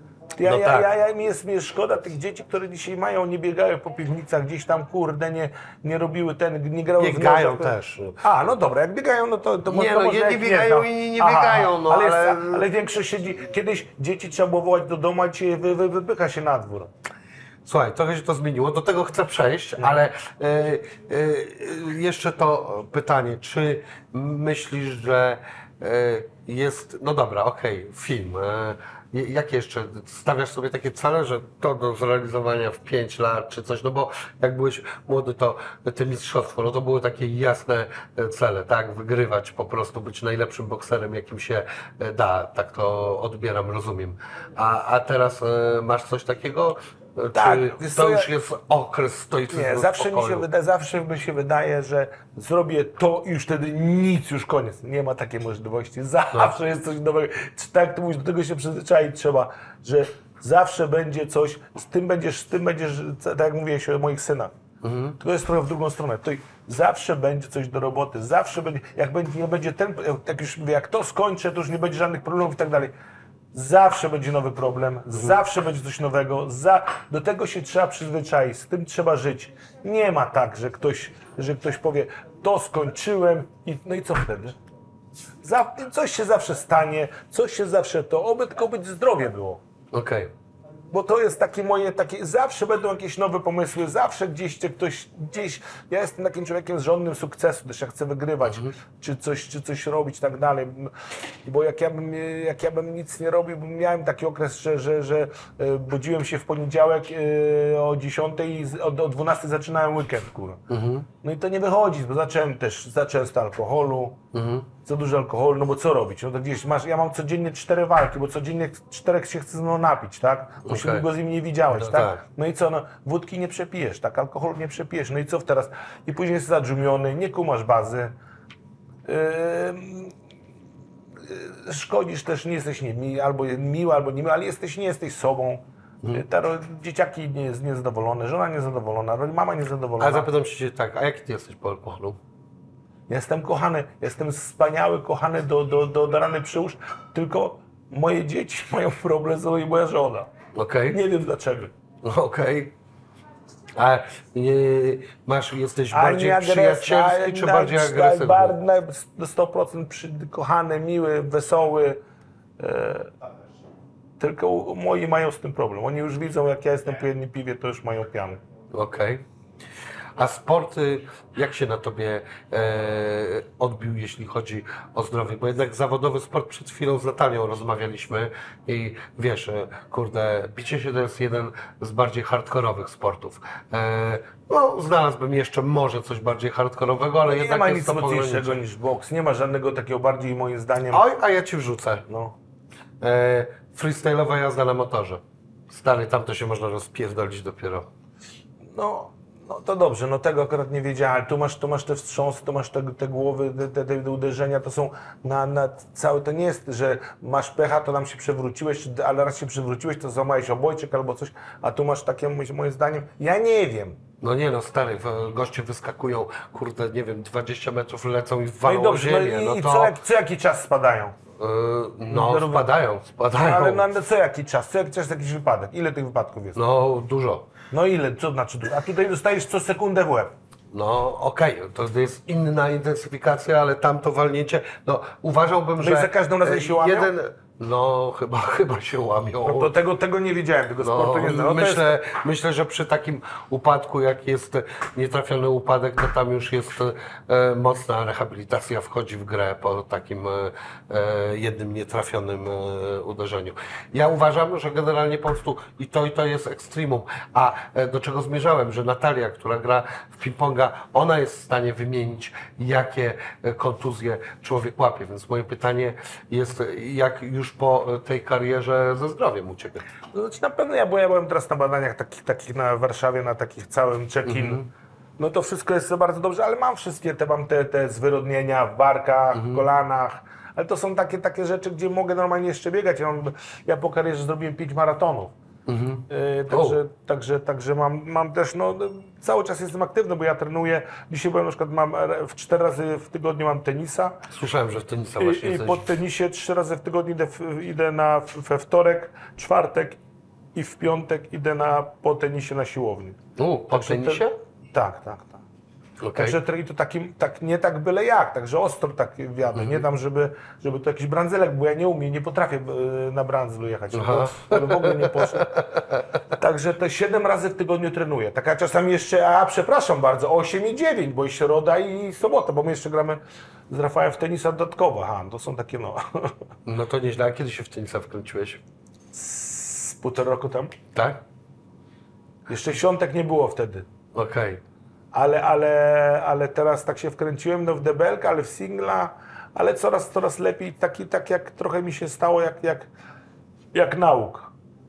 Mi jest szkoda tych dzieci, które dzisiaj nie biegają po piwnicach, gdzieś tam, kurde, nie robiły nie grały w Biegają też. A, no dobra, jak biegają, no to nie, no może jedni biegają, inni nie biegają, no ale większość siedzi, kiedyś dzieci trzeba było wołać do domu, a dzisiaj wypycha się na dwór. Słuchaj, trochę się to zmieniło, do tego chcę przejść, ale jeszcze to pytanie, czy myślisz, że jest, no dobra, okej, film, jakie jeszcze, stawiasz sobie takie cele, że to do zrealizowania w 5 lat czy coś, no bo jak byłeś młody, to te mistrzostwo, no to były takie jasne cele, tak, wygrywać po prostu, być najlepszym bokserem, jakim się da, tak to odbieram, rozumiem. A teraz masz coś takiego? Tak, czy to już jest okres stoicyzmu? Nie, zawsze mi się wydaje, że zrobię to i już wtedy nic, już koniec. Nie ma takiej możliwości. Zawsze jest coś nowego. Tak jak ty mówisz, do tego się przyzwyczaić trzeba, że zawsze będzie coś, z tym będziesz, tak jak mówiłeś o moich synach. To jest trochę w drugą stronę. To zawsze będzie coś do roboty, zawsze będzie, nie będzie jak już mówię, jak to skończę, to już nie będzie żadnych problemów i tak dalej. Zawsze będzie nowy problem, zawsze będzie coś nowego, do tego się trzeba przyzwyczaić, z tym trzeba żyć. Nie ma tak, że ktoś powie, to skończyłem no i co wtedy? Coś się zawsze stanie, coś się zawsze oby tylko być zdrowie było. Okej. Bo to jest zawsze będą jakieś nowe pomysły, zawsze gdzieś, ja jestem takim człowiekiem z żądnym sukcesu, też ja chcę wygrywać, czy coś robić i tak dalej, bo jak ja bym nic nie robił, miałem taki okres, że budziłem się w poniedziałek o 10 i o 12 zaczynałem weekend, kurwa. No i to nie wychodzi, bo zacząłem też za często alkoholu, za dużo alkoholu, no bo co robić? No to gdzieś ja mam codziennie 4 walki, bo codziennie 4 się chce znowu napić, tak? Bo się długo z nim nie widziałeś, no, tak? No i co? No, wódki nie przepijesz, tak? Alkoholu nie przepijesz, no i co teraz? I później jesteś zadrzumiony, nie kumasz bazy, szkodzisz też, nie jesteś albo miły, albo niemiły, ale nie jesteś sobą. Dzieciaki niezadowolone, żona niezadowolona, mama niezadowolona. Ale zapytam się tak, a jaki ty jesteś po alkoholu? Jestem kochany, jestem wspaniały, kochany do rany przyłóż, tylko moje dzieci mają problem z i moja żona. Okej. Nie wiem dlaczego. Okej. A jesteś bardziej przyjacielski czy bardziej agresywny? Na 100% kochany, miły, wesoły. Tylko moi mają z tym problem. Oni już widzą, jak ja jestem po jednym piwie, to już mają piany. Okej. A sport, jak się na tobie odbił, jeśli chodzi o zdrowie? Bo jednak zawodowy sport, przed chwilą z Natalią rozmawialiśmy i wiesz, kurde, bicie się to jest jeden z bardziej hardkorowych sportów. No, znalazłbym jeszcze może coś bardziej hardkorowego, ale jednak nie ma jest nic to mocniejszego niż boks. Nie ma żadnego takiego bardziej, moim zdaniem... Oj, a ja ci wrzucę. No. Freestyle'owa jazda na motorze. Stary, tam to się można rozpierdolić dopiero. No to dobrze, no tego akurat nie wiedziałem, ale tu masz te wstrząsy, tu masz te głowy, te uderzenia, to są na całe, to nie jest, że masz pecha, to nam się przewróciłeś, ale raz się przewróciłeś, to złamałeś obojczyk albo coś, a tu masz takie, moim zdaniem, ja nie wiem, No nie no, stary, goście wyskakują, kurde, nie wiem, 20 metrów lecą i No walą i dobrze, no ziemię, i no co, to... co jaki czas spadają? No, spadają. Ale no, co jaki czas? Co jaki czas jakiś wypadek? Ile tych wypadków jest? No, dużo. No ile? Co znaczy dużo? A tutaj dostajesz co sekundę w łeb. No okej, to jest inna intensyfikacja, ale tamto walnięcie, no uważałbym, że... i za każdym razem się łamią? No chyba się łamią. No to tego nie wiedziałem, tego sportu nie znam. No, myślę, że przy takim upadku, jak jest nietrafiony upadek, to tam już jest mocna rehabilitacja wchodzi w grę po takim jednym nietrafionym uderzeniu. Ja uważam, że generalnie po prostu i to jest ekstremum. A do czego zmierzałem, że Natalia, która gra w ping-ponga, ona jest w stanie wymienić, jakie kontuzje człowiek łapie. Więc moje pytanie jest, jak już po tej karierze ze zdrowiem u Ciebie? No, znaczy na pewno ja byłem teraz na badaniach takich na Warszawie, na takich całym check-in. No to wszystko jest bardzo dobrze, ale mam wszystkie mam te zwyrodnienia w barkach, w kolanach, ale to są takie rzeczy, gdzie mogę normalnie jeszcze biegać. Ja po karierze zrobiłem 5 maratonów. Także mam też, no cały czas jestem aktywny, bo ja trenuję. Dzisiaj byłem na przykład, w 4 razy w tygodniu mam tenisa. Słyszałem, że w tenisa właśnie I jesteś. po tenisie 3 razy w tygodniu idę we wtorek, czwartek i w piątek idę po tenisie na siłowni. Po tenisie? Tak. Okay. Także i to nie tak byle jak, także ostro tak wjadę. Nie dam, żeby to jakiś brandzelek, bo ja nie umiem, nie potrafię na brandzlu jechać. To w ogóle nie poszedł. Także te 7 razy w tygodniu trenuję. Tak ja czasami jeszcze, przepraszam bardzo, 8 i 9, bo i środa i sobota, bo my jeszcze gramy z Rafałem w tenisa dodatkowo. To są takie No to nieźle. A kiedy się w tenisa wkręciłeś? z 1,5 roku temu. Tak? Jeszcze świątek nie było wtedy. Okej. Ale teraz tak się wkręciłem w debelkę, ale w singla, ale coraz lepiej, tak jak trochę mi się stało, jak nauk.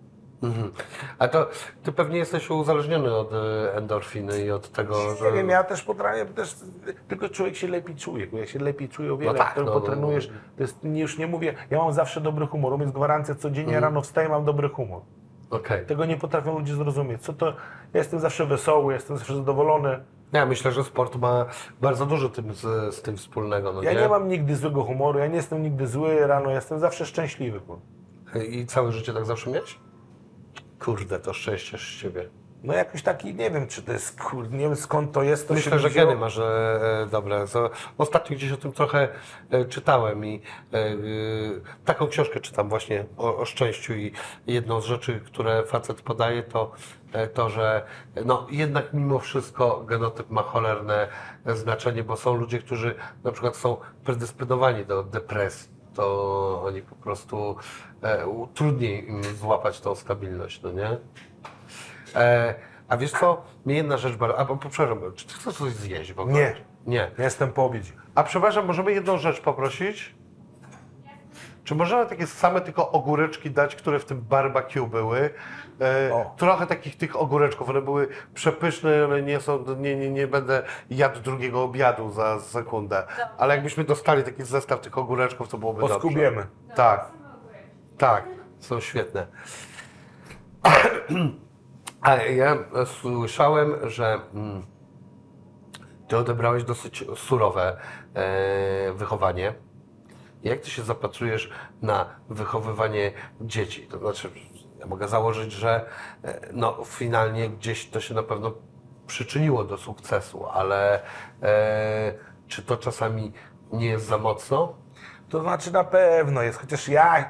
A to ty pewnie jesteś uzależniony od endorfiny i od tego, że... Nie wiem, ja też potrafię, tylko człowiek się lepiej czuje, bo jak się lepiej czuje o wiele, jak potrenujesz, to jest, już nie mówię, ja mam zawsze dobry humor, jest gwarancja, codziennie rano wstaję, mam dobry humor. Okay. Tego nie potrafią ludzie zrozumieć. Ja jestem zawsze wesoły, jestem zawsze zadowolony. Ja myślę, że sport ma bardzo dużo z tym wspólnego. No ja nie mam nigdy złego humoru, ja nie jestem nigdy zły rano, ja jestem zawsze szczęśliwy. I całe życie tak zawsze mieć? Kurde, to szczęście z Ciebie. No jakoś taki, nie wiem, czy to jest, nie wiem skąd to jest. Myślę, że geny masz dobre. Ostatnio gdzieś o tym trochę czytałem i taką książkę czytam właśnie o szczęściu i jedną z rzeczy, które facet podaje, to, że no, jednak mimo wszystko genotyp ma cholerne znaczenie, bo są ludzie, którzy na przykład są predysponowani do depresji. To oni po prostu trudniej im złapać tą stabilność, no nie? A wiesz co? Mnie jedna rzecz bardzo... przepraszam, czy ty chcesz coś zjeść w ogóle? Nie. Ja jestem po obiedzie. A przepraszam, możemy jedną rzecz poprosić? Czy możemy takie same tylko ogóreczki dać, które w tym barbecue były? Trochę takich tych ogóreczków, one były przepyszne, ale nie będę jadł drugiego obiadu za sekundę. Ale jakbyśmy dostali taki zestaw tych ogóreczków, to byłoby dobrze. Poskubiemy. Tak, są świetne. A ja słyszałem, że ty odebrałeś dosyć surowe wychowanie. Jak ty się zapatrujesz na wychowywanie dzieci? To znaczy, ja mogę założyć, że no, finalnie gdzieś to się na pewno przyczyniło do sukcesu, ale czy to czasami nie jest za mocno? To znaczy na pewno jest, chociaż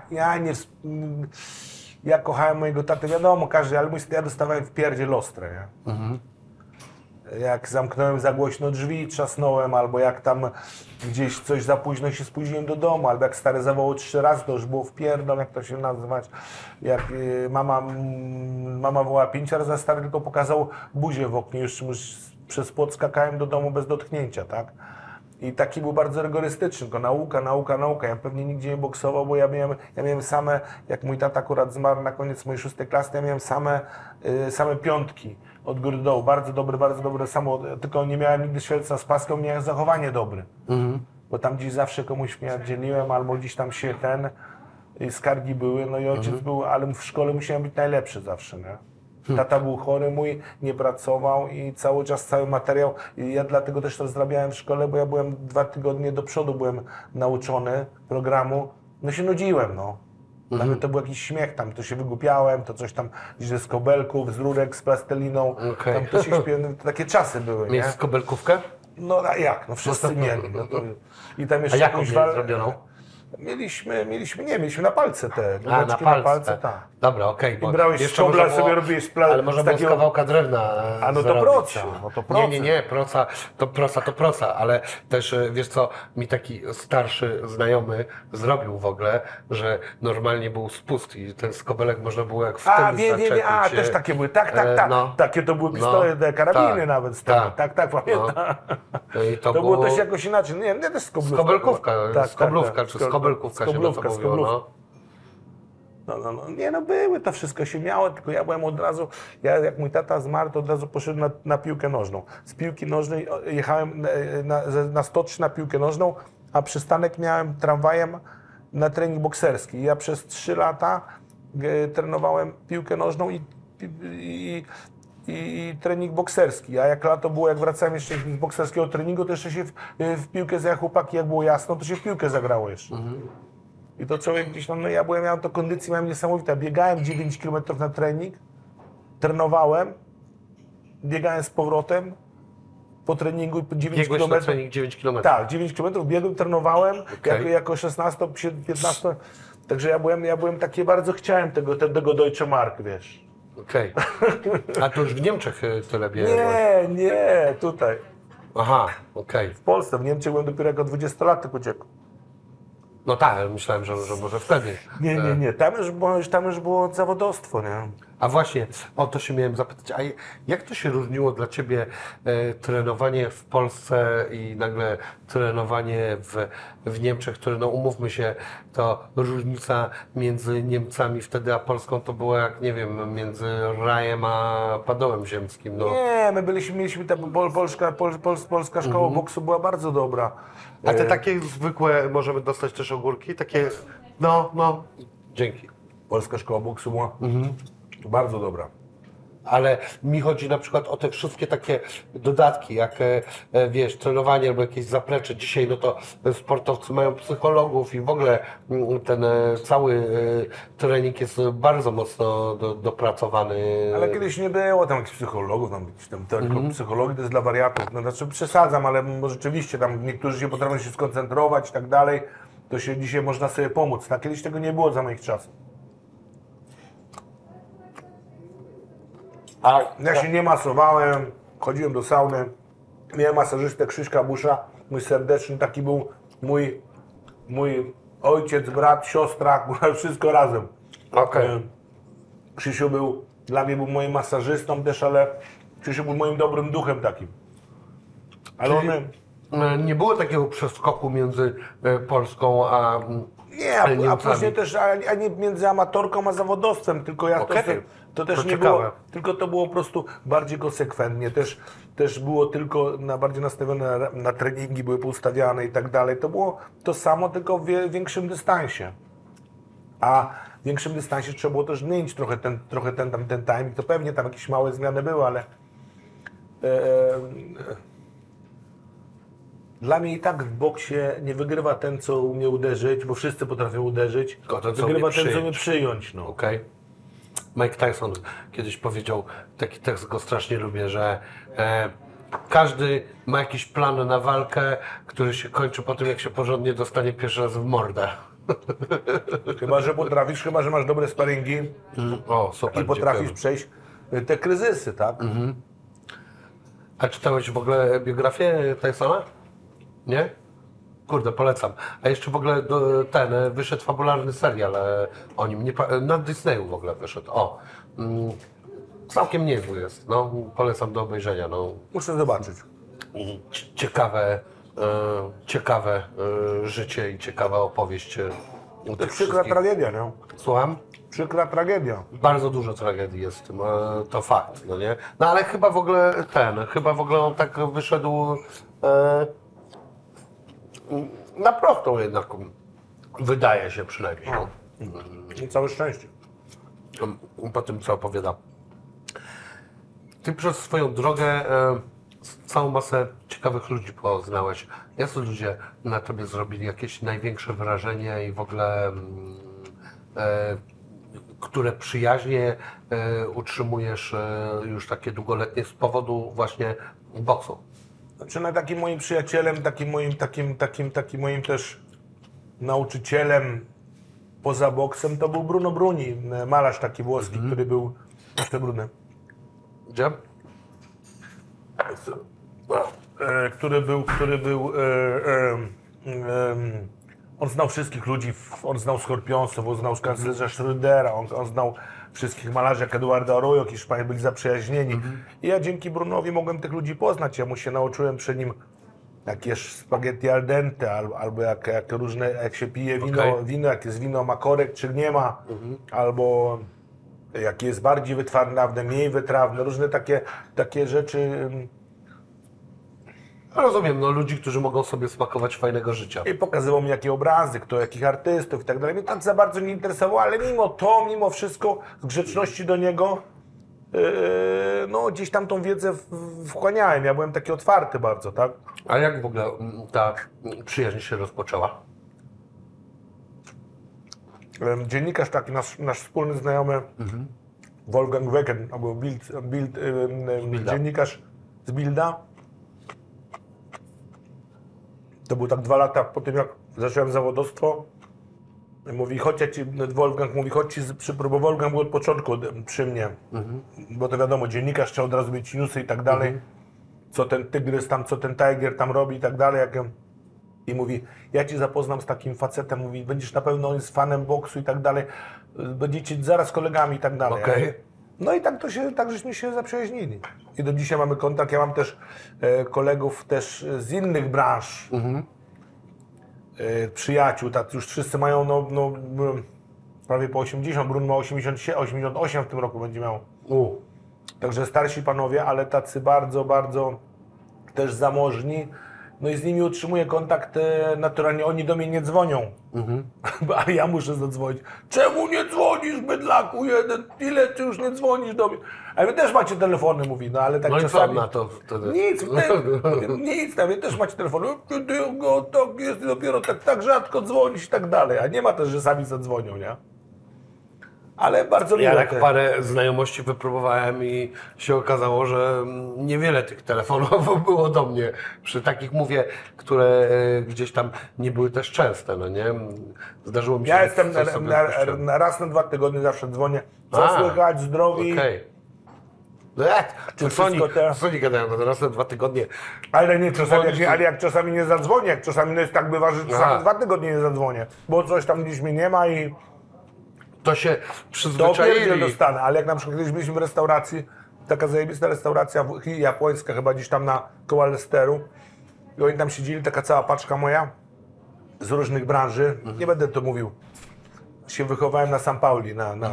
ja kochałem mojego tatę, wiadomo, ale ja dostawałem w pierdzie lostrę, nie? Jak zamknąłem za głośno drzwi, trzasnąłem, albo jak tam gdzieś coś za późno się spóźniłem do domu, albo jak stary zawołał 3 razy, to już było wpierdol, jak to się nazywać. Jak mama wołała 5 razy, a stary tylko pokazał buzię w oknie, już przez płot skakałem do domu bez dotknięcia, tak? I taki był bardzo rygorystyczny, tylko nauka. Ja pewnie nigdzie nie boksował, bo ja miałem same, jak mój tata akurat zmarł na koniec mojej 6. klasy, to ja miałem same piątki od góry do dołu. Bardzo dobre samo, tylko nie miałem nigdy świadectwa z paską, miałem zachowanie dobre. Bo tam gdzieś zawsze komuś mnie dzieliłem, albo gdzieś tam się skargi były, no i ojciec był, ale w szkole musiałem być najlepszy zawsze, nie? Tata był chory mój, nie pracował i cały czas cały materiał. I ja dlatego też to rozrabiałem w szkole, bo ja byłem 2 tygodnie do przodu, byłem nauczony programu. No się nudziłem, no. Dla mnie to był jakiś śmiech tam, to się wygłupiałem, to coś tam gdzieś ze skobelków, z rurek, z plasteliną. Tam to się śpiewa, takie czasy były, nie? Miałeś skobelkówkę? No a jak? No wszyscy mieli. No to, i tam jeszcze A jaką jakąś miałeś zrobioną? Mieliśmy na palce te. A, na palce, tak. Dobra, okej. I brałeś skobla, sobie robiłeś ale można było z kawałka drewna A no to zrobić. proca, no to proca. Nie, proca, ale też wiesz co, mi taki starszy znajomy zrobił w ogóle, że normalnie był spust i ten skobelek można było jak w tym wiem, też takie były, tak. no. Takie to były pistolety, karabiny tak, nawet z tego. Tak, pamiętam. No i To było też jakoś inaczej, nie też skoblówka. Skobelkówka, Tak, skoblówka, czy skobelkówka się na to mówiło, no. No były, to wszystko się miało, tylko ja byłem od razu, jak mój tata zmarł, to od razu poszedłem na piłkę nożną. Z piłki nożnej jechałem na stocznię na piłkę nożną, a przystanek miałem tramwajem na trening bokserski. Ja przez 3 lata trenowałem piłkę nożną i trening bokserski, a jak lato było, jak wracałem jeszcze z bokserskiego treningu, to jeszcze się w piłkę zagrał chłopaki, jak było jasno, to się w piłkę zagrało jeszcze. I to człowiek gdzieś tam, no ja miałem to kondycję, miałem niesamowitą. Biegałem 9 km na trening, trenowałem, biegałem z powrotem po treningu 9 Biegłeś km. na trening 9 km? Tak, 9 km biegłem, trenowałem jako 16, 15. Także ja byłem taki, bardzo chciałem tego Deutsche Mark, wiesz. Okej. A to już w Niemczech tyle biegłeś? Nie, tutaj. Aha, okej. W Polsce, w Niemczech byłem dopiero jako 20-latek uciekł. No tak, ale myślałem, że może wtedy. Nie, tam już było zawodowstwo, nie? A właśnie, o to się miałem zapytać, a jak to się różniło dla Ciebie trenowanie w Polsce i nagle trenowanie w Niemczech, które, no umówmy się, to różnica między Niemcami wtedy a Polską to była jak, nie wiem, między rajem a padołem ziemskim. No. Nie, mieliśmy ta polska szkoła boksu była bardzo dobra. A te takie zwykłe, możemy dostać też ogórki? Takie, no, dzięki. Polska szkoła boksu była bardzo dobra. Ale mi chodzi na przykład o te wszystkie takie dodatki, jak wiesz, trenowanie albo jakieś zaplecze. Dzisiaj no to sportowcy mają psychologów i w ogóle ten cały trening jest bardzo mocno dopracowany. Ale kiedyś nie było tam jakichś psychologów, tylko psychologii to jest dla wariatów. No, znaczy przesadzam, ale rzeczywiście tam niektórzy się potrafią się skoncentrować i tak dalej. To się dzisiaj można sobie pomóc. Tak? Kiedyś tego nie było za moich czasów. A ja się nie masowałem, chodziłem do sauny, miałem masażystę Krzyśka Busza, mój serdeczny, taki był mój ojciec, brat, siostra, wszystko razem. Okej. Krzysiu dla mnie był moim masażystą też, ale Krzysiu był moim dobrym duchem takim. Ale nie było takiego przeskoku między Polską a nie, a później też ani między amatorką a zawodowstwem, tylko ja to też nie było, tylko to było po prostu bardziej konsekwentnie, też było tylko bardziej nastawione na treningi, były poustawiane i tak dalej. To było to samo, tylko w większym dystansie. A w większym dystansie trzeba było też zmienić trochę ten timing, to pewnie tam jakieś małe zmiany były, ale dla mnie i tak w boksie nie wygrywa ten, co umie uderzyć, bo wszyscy potrafią uderzyć. Wygrywa ten, co umie przyjąć. No. Okej. Mike Tyson kiedyś powiedział, taki tekst go strasznie lubię, że każdy ma jakiś plan na walkę, który się kończy po tym, jak się porządnie dostanie pierwszy raz w mordę. Chyba, że potrafisz, chyba, że masz dobre sparingi super, i potrafisz przejść te kryzysy, tak? A czytałeś w ogóle biografię Tysona? Nie? Kurde, polecam. A jeszcze w ogóle wyszedł fabularny serial o nim. Na Disneyu w ogóle wyszedł. Całkiem niezły jest. No, polecam do obejrzenia. No. Muszę zobaczyć. Ciekawe życie i ciekawa opowieść. To przykra tragedia, nie? Słucham? Przykra tragedia. Bardzo dużo tragedii jest w tym, to fakt, no nie? No ale chyba w ogóle on tak wyszedł na prostą jednak, wydaje się przynajmniej. No. I całe szczęście. Po tym, co opowiada. Ty przez swoją drogę całą masę ciekawych ludzi poznałeś. Jacy ludzie na tobie zrobili jakieś największe wrażenie i w ogóle które przyjaźnie utrzymujesz już takie długoletnie z powodu właśnie boksu? Znaczy, takim moim przyjacielem, takim moim też nauczycielem poza boksem to był Bruno Bruni, malarz taki włoski, który był jeszcze brudny. Gdzie? On znał wszystkich ludzi, on znał Skorpionsów, on znał kanclerza Schrödera, on znał wszystkich malarzy jak Eduardo Arroyo, Hiszpanie byli zaprzyjaźnieni. I ja dzięki Brunowi mogłem tych ludzi poznać, ja mu się nauczyłem przy nim, jak jesz spaghetti al dente, albo jak różne, jak się pije wino, jak jest wino ma korek, czy nie ma, albo jak jest bardziej wytrawne, mniej wytrawne, różne takie rzeczy. Rozumiem, no ludzi, którzy mogą sobie smakować fajnego życia. I pokazywał mi jakie obrazy, kto, jakich artystów i tak dalej. Mnie tak za bardzo nie interesowało, ale mimo wszystko z grzeczności do niego, no gdzieś tam tą wiedzę wchłaniałem. Ja byłem taki otwarty bardzo, tak? A jak w ogóle ta przyjaźń się rozpoczęła? Dziennikarz taki, nasz wspólny znajomy, Wolfgang Wecken, albo dziennikarz z Bilda. To było tak 2 lata po tym, jak zacząłem zawodowstwo. Mówi, Wolfgang mówi, chodź ci bo Wolfgang był od początku przy mnie. Bo to wiadomo, dziennikarz chciał od razu mieć newsy i tak dalej. Co ten tygrys tam, co ten tiger tam robi i tak dalej. I mówi, ja ci zapoznam z takim facetem, mówi, będziesz na pewno, on jest fanem boksu i tak dalej. Będziecie zaraz kolegami i tak dalej. Okay. No i tak żeśmy się zaprzyjaźnili. I do dzisiaj mamy kontakt. Ja mam też kolegów też z innych branż, przyjaciół, tak już wszyscy mają prawie po 80, Brun ma 88 w tym roku będzie miał. Także starsi panowie, ale tacy bardzo, bardzo też zamożni. No i z nimi utrzymuję kontakt naturalnie, oni do mnie nie dzwonią, ale ja muszę zadzwonić. Czemu nie dzwonisz, bydlaku jeden? Ile ty już nie dzwonisz do mnie? A wy też macie telefony, mówi, no ale tak no czasami... i co na to wtedy? Nic, wy też macie telefony. Tak jest, dopiero tak rzadko dzwonisz i tak dalej, a nie ma też, że sami zadzwonią, nie? Ale bardzo ja miłe tak parę znajomości wypróbowałem i się okazało, że niewiele tych telefonów było do mnie. Przy takich mówię, które gdzieś tam nie były też częste, no nie? Zdarzyło mi się... Ja jestem raz na 2 tygodnie zawsze dzwonię. Co słychać, zdrowi? Okej. Co oni gadają? No raz na 2 tygodnie. Ale nie czasami, ale jak czasami nie zadzwonię, jak czasami no jest tak bywa, że czasami 2 tygodnie nie zadzwonię, bo coś tam gdzieś mnie nie ma i... To się przyzwyczaili. dostanę, ale jak na przykład kiedyś byliśmy w restauracji, taka zajebista restauracja japońska, chyba gdzieś tam koło Leicesteru, i oni tam siedzieli, taka cała paczka moja z różnych branży, nie będę to mówił, się wychowałem na San Pauli,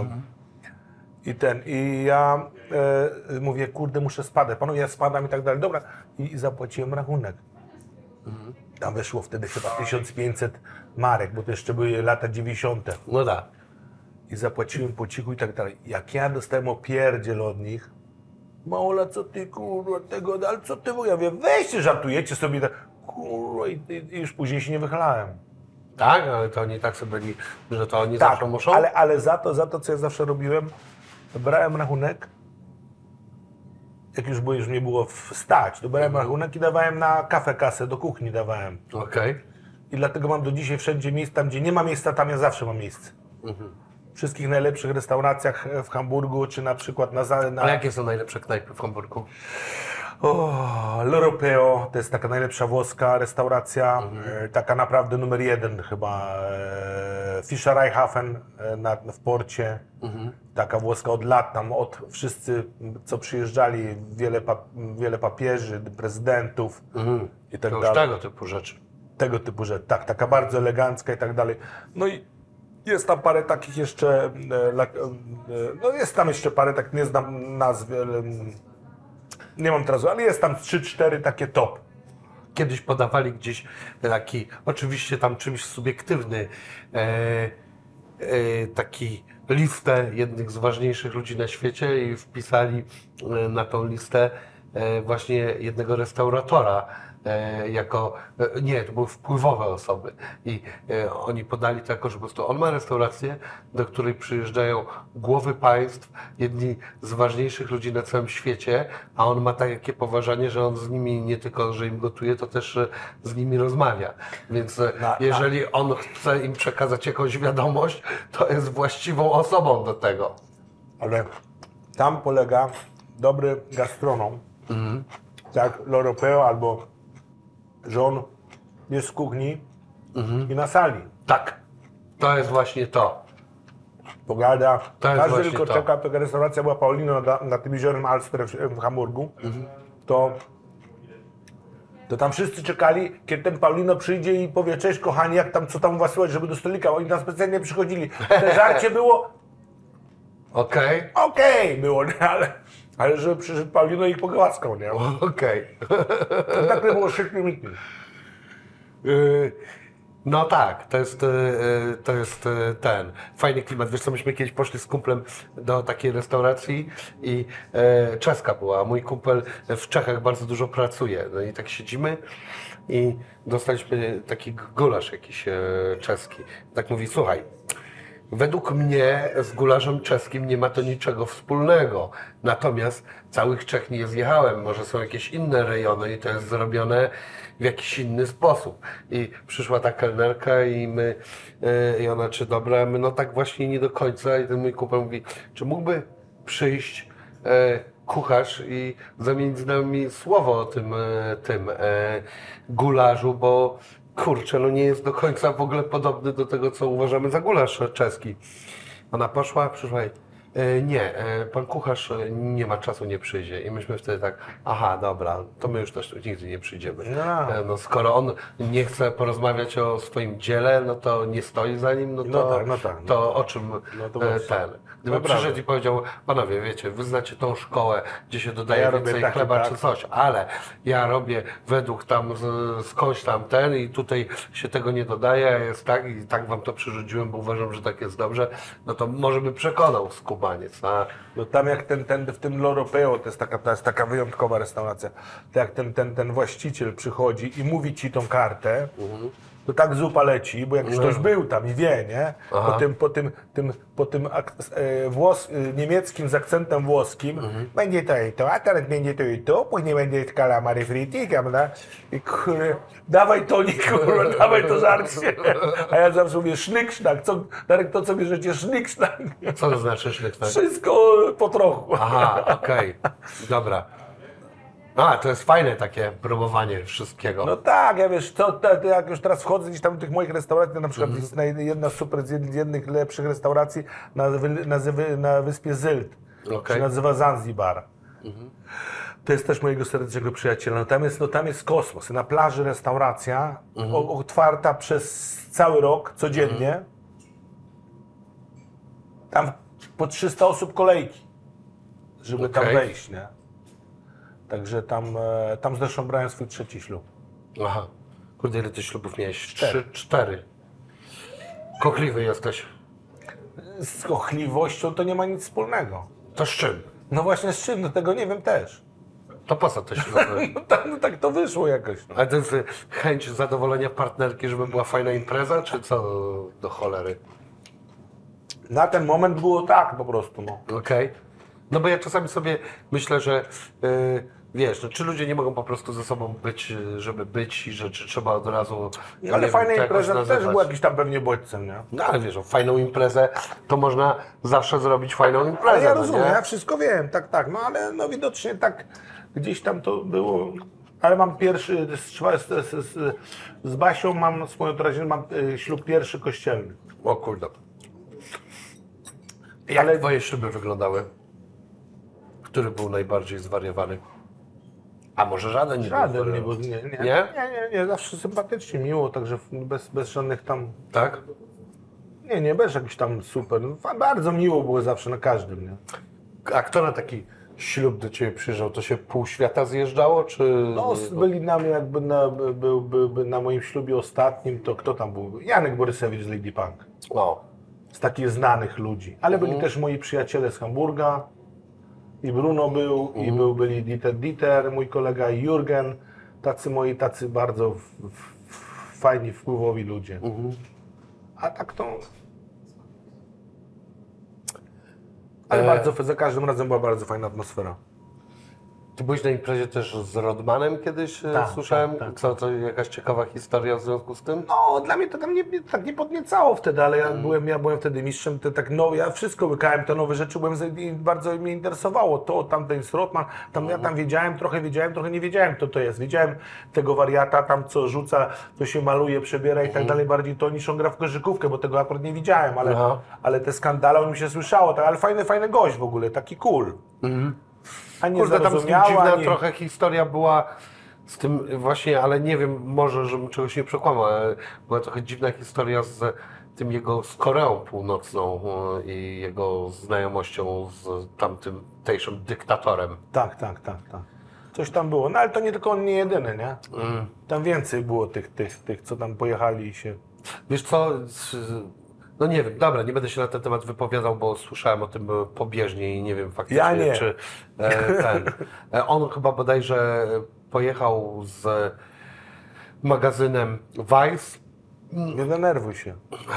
i ja mówię, kurde, muszę spadać, panu, ja spadam i tak dalej, dobra, i zapłaciłem rachunek. Tam weszło wtedy chyba 1500 marek, bo to jeszcze były lata 90. No tak. I zapłaciłem po cichu i tak dalej. Jak ja dostałem opierdziel od nich, Maula, co ty kurwa tego, ale co ty, ja mówię, weźcie, żartujecie sobie, kurwa, i już później się nie wychylałem. Tak, ale to oni tak sobie byli, że to oni Tak, zawsze muszą? ale za to, co ja zawsze robiłem, brałem rachunek, jak już nie było stać, to brałem rachunek i dawałem na kawę kasę, do kuchni dawałem. Okej. I dlatego mam do dzisiaj wszędzie miejsce, tam gdzie nie ma miejsca, tam ja zawsze mam miejsce. W wszystkich najlepszych restauracjach w Hamburgu, czy na przykład A jakie są najlepsze knajpy w Hamburgu? L'Europeo, to jest taka najlepsza włoska restauracja, taka naprawdę numer 1 chyba. Fischereihafen w porcie, taka włoska od lat, tam wszyscy, co przyjeżdżali, wiele papieży, prezydentów i tak dalej. Tego typu rzeczy. Tego typu rzeczy, tak, taka bardzo elegancka i tak dalej. No i jest tam parę takich jeszcze, no jest tam jeszcze parę, tak nie znam nazwy, nie mam teraz, ale jest tam 3-4 takie top. Kiedyś podawali gdzieś taki, oczywiście tam czymś subiektywny, taki listę jednych z ważniejszych ludzi na świecie i wpisali na tą listę właśnie jednego restauratora jako, nie, to były wpływowe osoby i oni podali to jako, że po prostu on ma restaurację, do której przyjeżdżają głowy państw, jedni z ważniejszych ludzi na całym świecie, a on ma takie poważanie, że on z nimi nie tylko, że im gotuje, to też z nimi rozmawia. Więc jeżeli on chce im przekazać jakąś wiadomość, to jest właściwą osobą do tego. Ale tam polega dobry gastronom, jak L'Europeo albo że on jest w kuchni i na sali. Tak, to jest właśnie to. Pogada, To jest każdy właśnie tylko to. czeka, taka restauracja była Paulino na tym jeziorem Alster w Hamburgu, to tam wszyscy czekali, kiedy ten Paulino przyjdzie i powie: cześć kochani, jak tam, co tam u was słychać, żeby do stolika, oni tam specjalnie przychodzili. Te żarcie było Okej? było, nie? Ale żeby przyszedł Paulino i ich pogłaskał, nie? Okej. Tak było szybko meeting. No tak, to jest ten fajny klimat. Wiesz co, myśmy kiedyś poszli z kumplem do takiej restauracji i czeska była, a mój kumpel w Czechach bardzo dużo pracuje. No i tak siedzimy i dostaliśmy taki gulasz jakiś czeski. Tak mówi: słuchaj, według mnie z gulaszem czeskim nie ma to niczego wspólnego. Natomiast całych Czech nie zjechałem. Może są jakieś inne rejony i to jest zrobione w jakiś inny sposób. I przyszła ta kelnerka i ona: czy dobra? My no tak właśnie nie do końca. I ten mój kumpel mówi: czy mógłby przyjść kucharz i zamienić z nami słowo o tym gularzu, bo kurczę, no nie jest do końca w ogóle podobny do tego, co uważamy za gulasz czeski. Ona przyszła i nie, pan kucharz nie ma czasu, nie przyjdzie. I myśmy wtedy tak: aha, dobra, to my już też nigdy nie przyjdziemy. No, skoro on nie chce porozmawiać o swoim dziele, no to nie stoi za nim, to o czym ten. Gdyby przyszedł i powiedział: panowie, wiecie, wy znacie tą szkołę, gdzie się dodaje więcej chleba czy coś, ale ja robię według tam skądś tam ten i tutaj się tego nie dodaje, a jest tak i tak wam to przyrzuciłem, bo uważam, że tak jest dobrze, no to może by przekonał skubaniec. No tam jak w tym L'Europeo, to jest taka wyjątkowa restauracja, to jak ten właściciel przychodzi i mówi ci tą kartę, to tak zupa leci, bo jak już ktoś był tam i wie, nie? Po tym niemieckim z akcentem włoskim będzie to i to, a teraz będzie to i to, później będzie calamari fritti, prawda? I kurde, dawaj tonik, kurwa, dawaj to żarcie. A ja zawsze mówię: sznyk-sznak, Darek, to co bierzecie, sznyk-sznak. Co to znaczy sznyk-sznak? Wszystko po trochu. Aha, okej, dobra. A, to jest fajne takie próbowanie wszystkiego. No tak, ja wiesz, jak już teraz wchodzę gdzieś tam do tych moich restauracji, na przykład jest jedna super z jednych lepszych restauracji na wyspie Sylt, się nazywa Zanzibar. To jest też mojego serdecznego przyjaciela. No tam jest kosmos. Na plaży restauracja, otwarta przez cały rok, codziennie. Tam po 300 osób kolejki, żeby tam wejść, nie? Także tam zresztą brałem swój 3. ślub. Aha. Kurde, ile ty ślubów miałeś? 4. Kochliwy jesteś. Z kochliwością to nie ma nic wspólnego. To z czym? No właśnie z czym? No tego nie wiem też. To po co te śluby? No tak to wyszło jakoś. Ale to jest chęć zadowolenia partnerki, żeby była fajna impreza, czy co do cholery? Na ten moment było tak po prostu, no. Okej. No bo ja czasami sobie myślę, że wiesz, no, czy ludzie nie mogą po prostu ze sobą być, żeby być i że czy trzeba od razu... No, ale fajna impreza też był jakiś tam pewnie bodźcem, nie? No ale wiesz, fajną imprezę to można zawsze zrobić fajną imprezę. Ale ja rozumiem, ja wszystko wiem, tak, no ale no widocznie tak gdzieś tam to było. Ale mam pierwszy, z Basią mam, z moją teraźnią mam ślub pierwszy kościelny. O kurde. Jak twoje śluby wyglądały? Który był najbardziej zwariowany? A może żaden nie był? Żaden nie był, nie, zawsze sympatycznie, miło, także bez żadnych tam... Tak? Nie, bez jakichś tam super, bardzo miło było zawsze na każdym, nie? A kto na taki ślub do ciebie przyjeżdżał? To się pół świata zjeżdżało, czy... No, byli na mnie jakby na moim ślubie ostatnim, to kto tam był? Janek Borysewicz z Lady Punk. No. z takich znanych ludzi. Ale byli też moi przyjaciele z Hamburga. I Bruno był, i byli Dieter, mój kolega, i Jurgen. Tacy bardzo fajni, wpływowi ludzie. A tak to... Ale bardzo, za każdym razem była bardzo fajna atmosfera. Ty byłeś na imprezie też z Rodmanem kiedyś, słyszałem? tak. Co, jakaś ciekawa historia w związku z tym? No, dla mnie to tam tak nie podniecało wtedy, ale ja byłem wtedy mistrzem, ja wszystko łykałem, te nowe rzeczy, i bardzo mnie interesowało to, tamten jest Rodman, ja tam wiedziałem, trochę nie wiedziałem, kto to jest. Wiedziałem tego wariata tam, co rzuca, co się maluje, przebiera i tak dalej, bardziej to niż on gra w koszykówkę, bo tego akurat nie widziałem, ale te skandale, o nim się słyszało, tak, ale fajny gość w ogóle, taki cool. A nie Kurde, tam z tym zarozumiała, dziwna trochę historia była z tym właśnie, ale nie wiem, może, żebym czegoś nie przekłamał, ale była trochę dziwna historia z tym z Koreą Północną i jego znajomością z tamtejszym dyktatorem. Tak. Coś tam było, no ale to nie tylko on, nie jedyny, nie? Tam więcej było tych, co tam pojechali i się... Wiesz co, no nie wiem, dobra, nie będę się na ten temat wypowiadał, bo słyszałem o tym pobieżnie i nie wiem faktycznie, Ja nie. czy on chyba bodajże pojechał z magazynem Vice, Nie denerwuj się.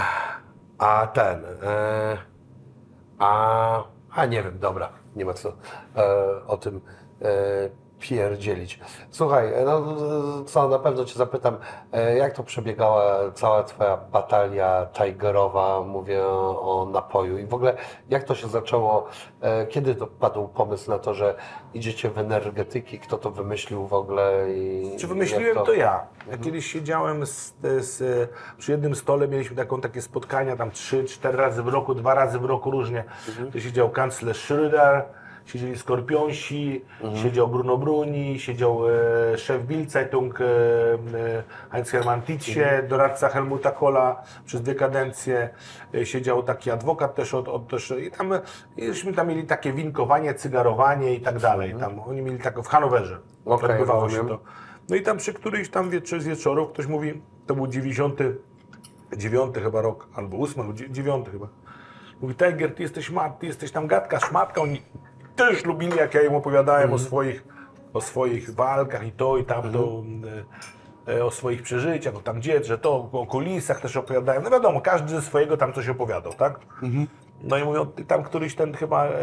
a nie wiem, dobra, nie ma co o tym pierdzielić. Słuchaj, no co, na pewno Cię zapytam, jak to przebiegała cała Twoja batalia tigerowa, mówię o napoju i w ogóle jak to się zaczęło, kiedy to padł pomysł na to, że idziecie w energetyki, kto to wymyślił w ogóle? Czy wymyśliłem to ja? Ja kiedyś siedziałem przy jednym stole, mieliśmy takie spotkania tam 3-4 razy w roku, 2 razy w roku różnie. To siedział kanclerz Schröder, siedzieli Skorpionsi, siedział Bruno Bruni, siedział szef Bild-Zeitung Heinz-Hermann Tiedtche, doradca Helmuta Kohla przez 2 kadencje, siedział taki adwokat też i tam mieli takie winkowanie, cygarowanie i tak dalej. Tam oni mieli tak w Hanowerze, odbywało się to. No i tam przy którymś tam z wieczorów ktoś mówi, to był 99 chyba rok, albo 8, albo 9 chyba. Mówi, Tiger, ty jesteś tam gadka, szmatka, oni też lubili, jak ja im opowiadałem o swoich walkach i to, i tamto, o swoich przeżyciach, o tam że to, o kulisach też opowiadałem. No wiadomo, każdy ze swojego tam coś opowiadał, tak? No i mówią, tam któryś ten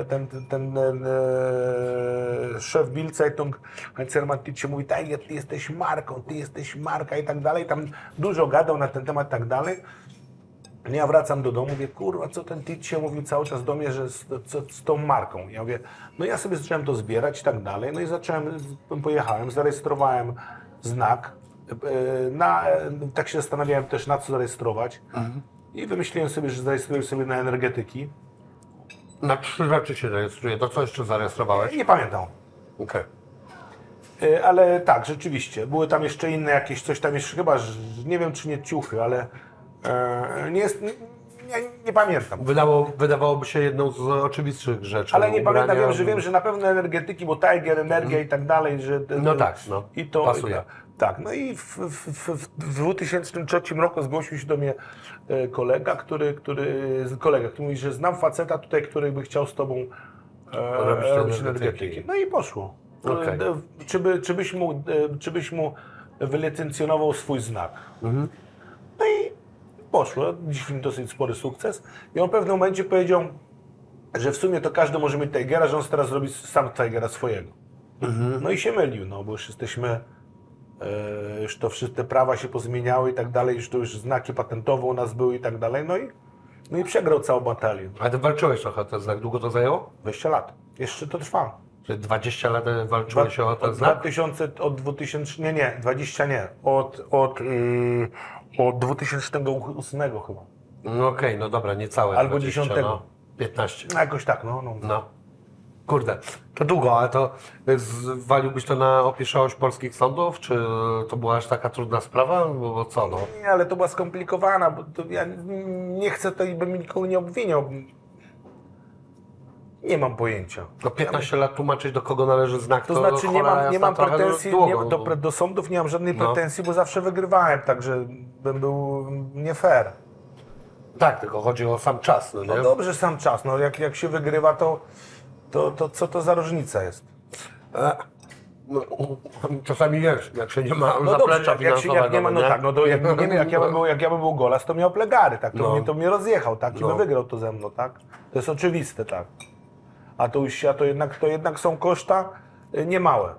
szef Bild-Zeitung, Heinz-Hermann Tiedtche mówi, Tiger, ty jesteś marka i tak dalej. Tam dużo gadał na ten temat i tak dalej. Ja wracam do domu, mówię, kurwa, co ten Tiedtche mówił cały czas do mnie, że z tą marką. Ja mówię, no ja sobie zacząłem to zbierać i tak dalej, no i pojechałem, zarejestrowałem znak, tak się zastanawiałem też, na co zarejestrować i wymyśliłem sobie, że zarejestruję sobie na energetyki. Na 3 rzeczy się rejestruje, to co jeszcze zarejestrowałeś? Nie pamiętam. Okej. Ale tak, rzeczywiście, były tam jeszcze inne jakieś, coś tam jeszcze, chyba, nie wiem czy nie ciuchy, ale nie pamiętam. Wydawałoby się jedną z oczywistszych rzeczy. Ale nie pamiętam, wiem, że na pewno energetyki, bo Tiger, energia i tak dalej, że... No tak, i to pasuje. Tak, no i w 2003 roku zgłosił się do mnie kolega, który mówi, że znam faceta tutaj, który by chciał z tobą robić energetyki. No i poszło. Okay. Czy byś mu wylicencjonował swój znak? No i poszło, dziś dosyć spory sukces. I on w pewnym momencie powiedział, że w sumie to każdy może mieć Tigera, że on teraz zrobi sam Tigera swojego. No i się mylił, no bo już jesteśmy, już to wszystkie prawa się pozmieniały i tak dalej, już znaki patentowe u nas były i tak dalej, no i przegrał całą batalię. A ty walczyłeś trochę o ten znak, długo to zajęło? 20 lat, jeszcze to trwa. Czy 20 lat walczyłeś o ten znak? 2000, nie, 20 nie, od 2008 chyba. No okej, no dobra, niecałe Albo 20, 10. No, 15. No jakoś tak, no. Kurde, to długo, ale to waliłbyś to na opieszałość polskich sądów, czy to była aż taka trudna sprawa, bo co no? Nie, ale to była skomplikowana, bo ja nie chcę to i bym nikogo nie obwiniał. Nie mam pojęcia. No 15 lat tłumaczyć, do kogo należy znak, to znaczy nie mam pretensji, do sądów nie mam żadnej pretensji, bo zawsze wygrywałem, także bym był nie fair. Tak, tylko chodzi o sam czas, no nie? No dobrze, sam czas. No jak się wygrywa, to co to za różnica jest? No, czasami wiesz, jak się nie ma No dobrze, zaplecza jak nie ma, no nie? tak, no to jak ja bym był golas, to miał plegary, tak? To mnie rozjechał, tak? I No. by wygrał to ze mną, tak? To jest oczywiste, tak? A to jednak są koszta niemałe.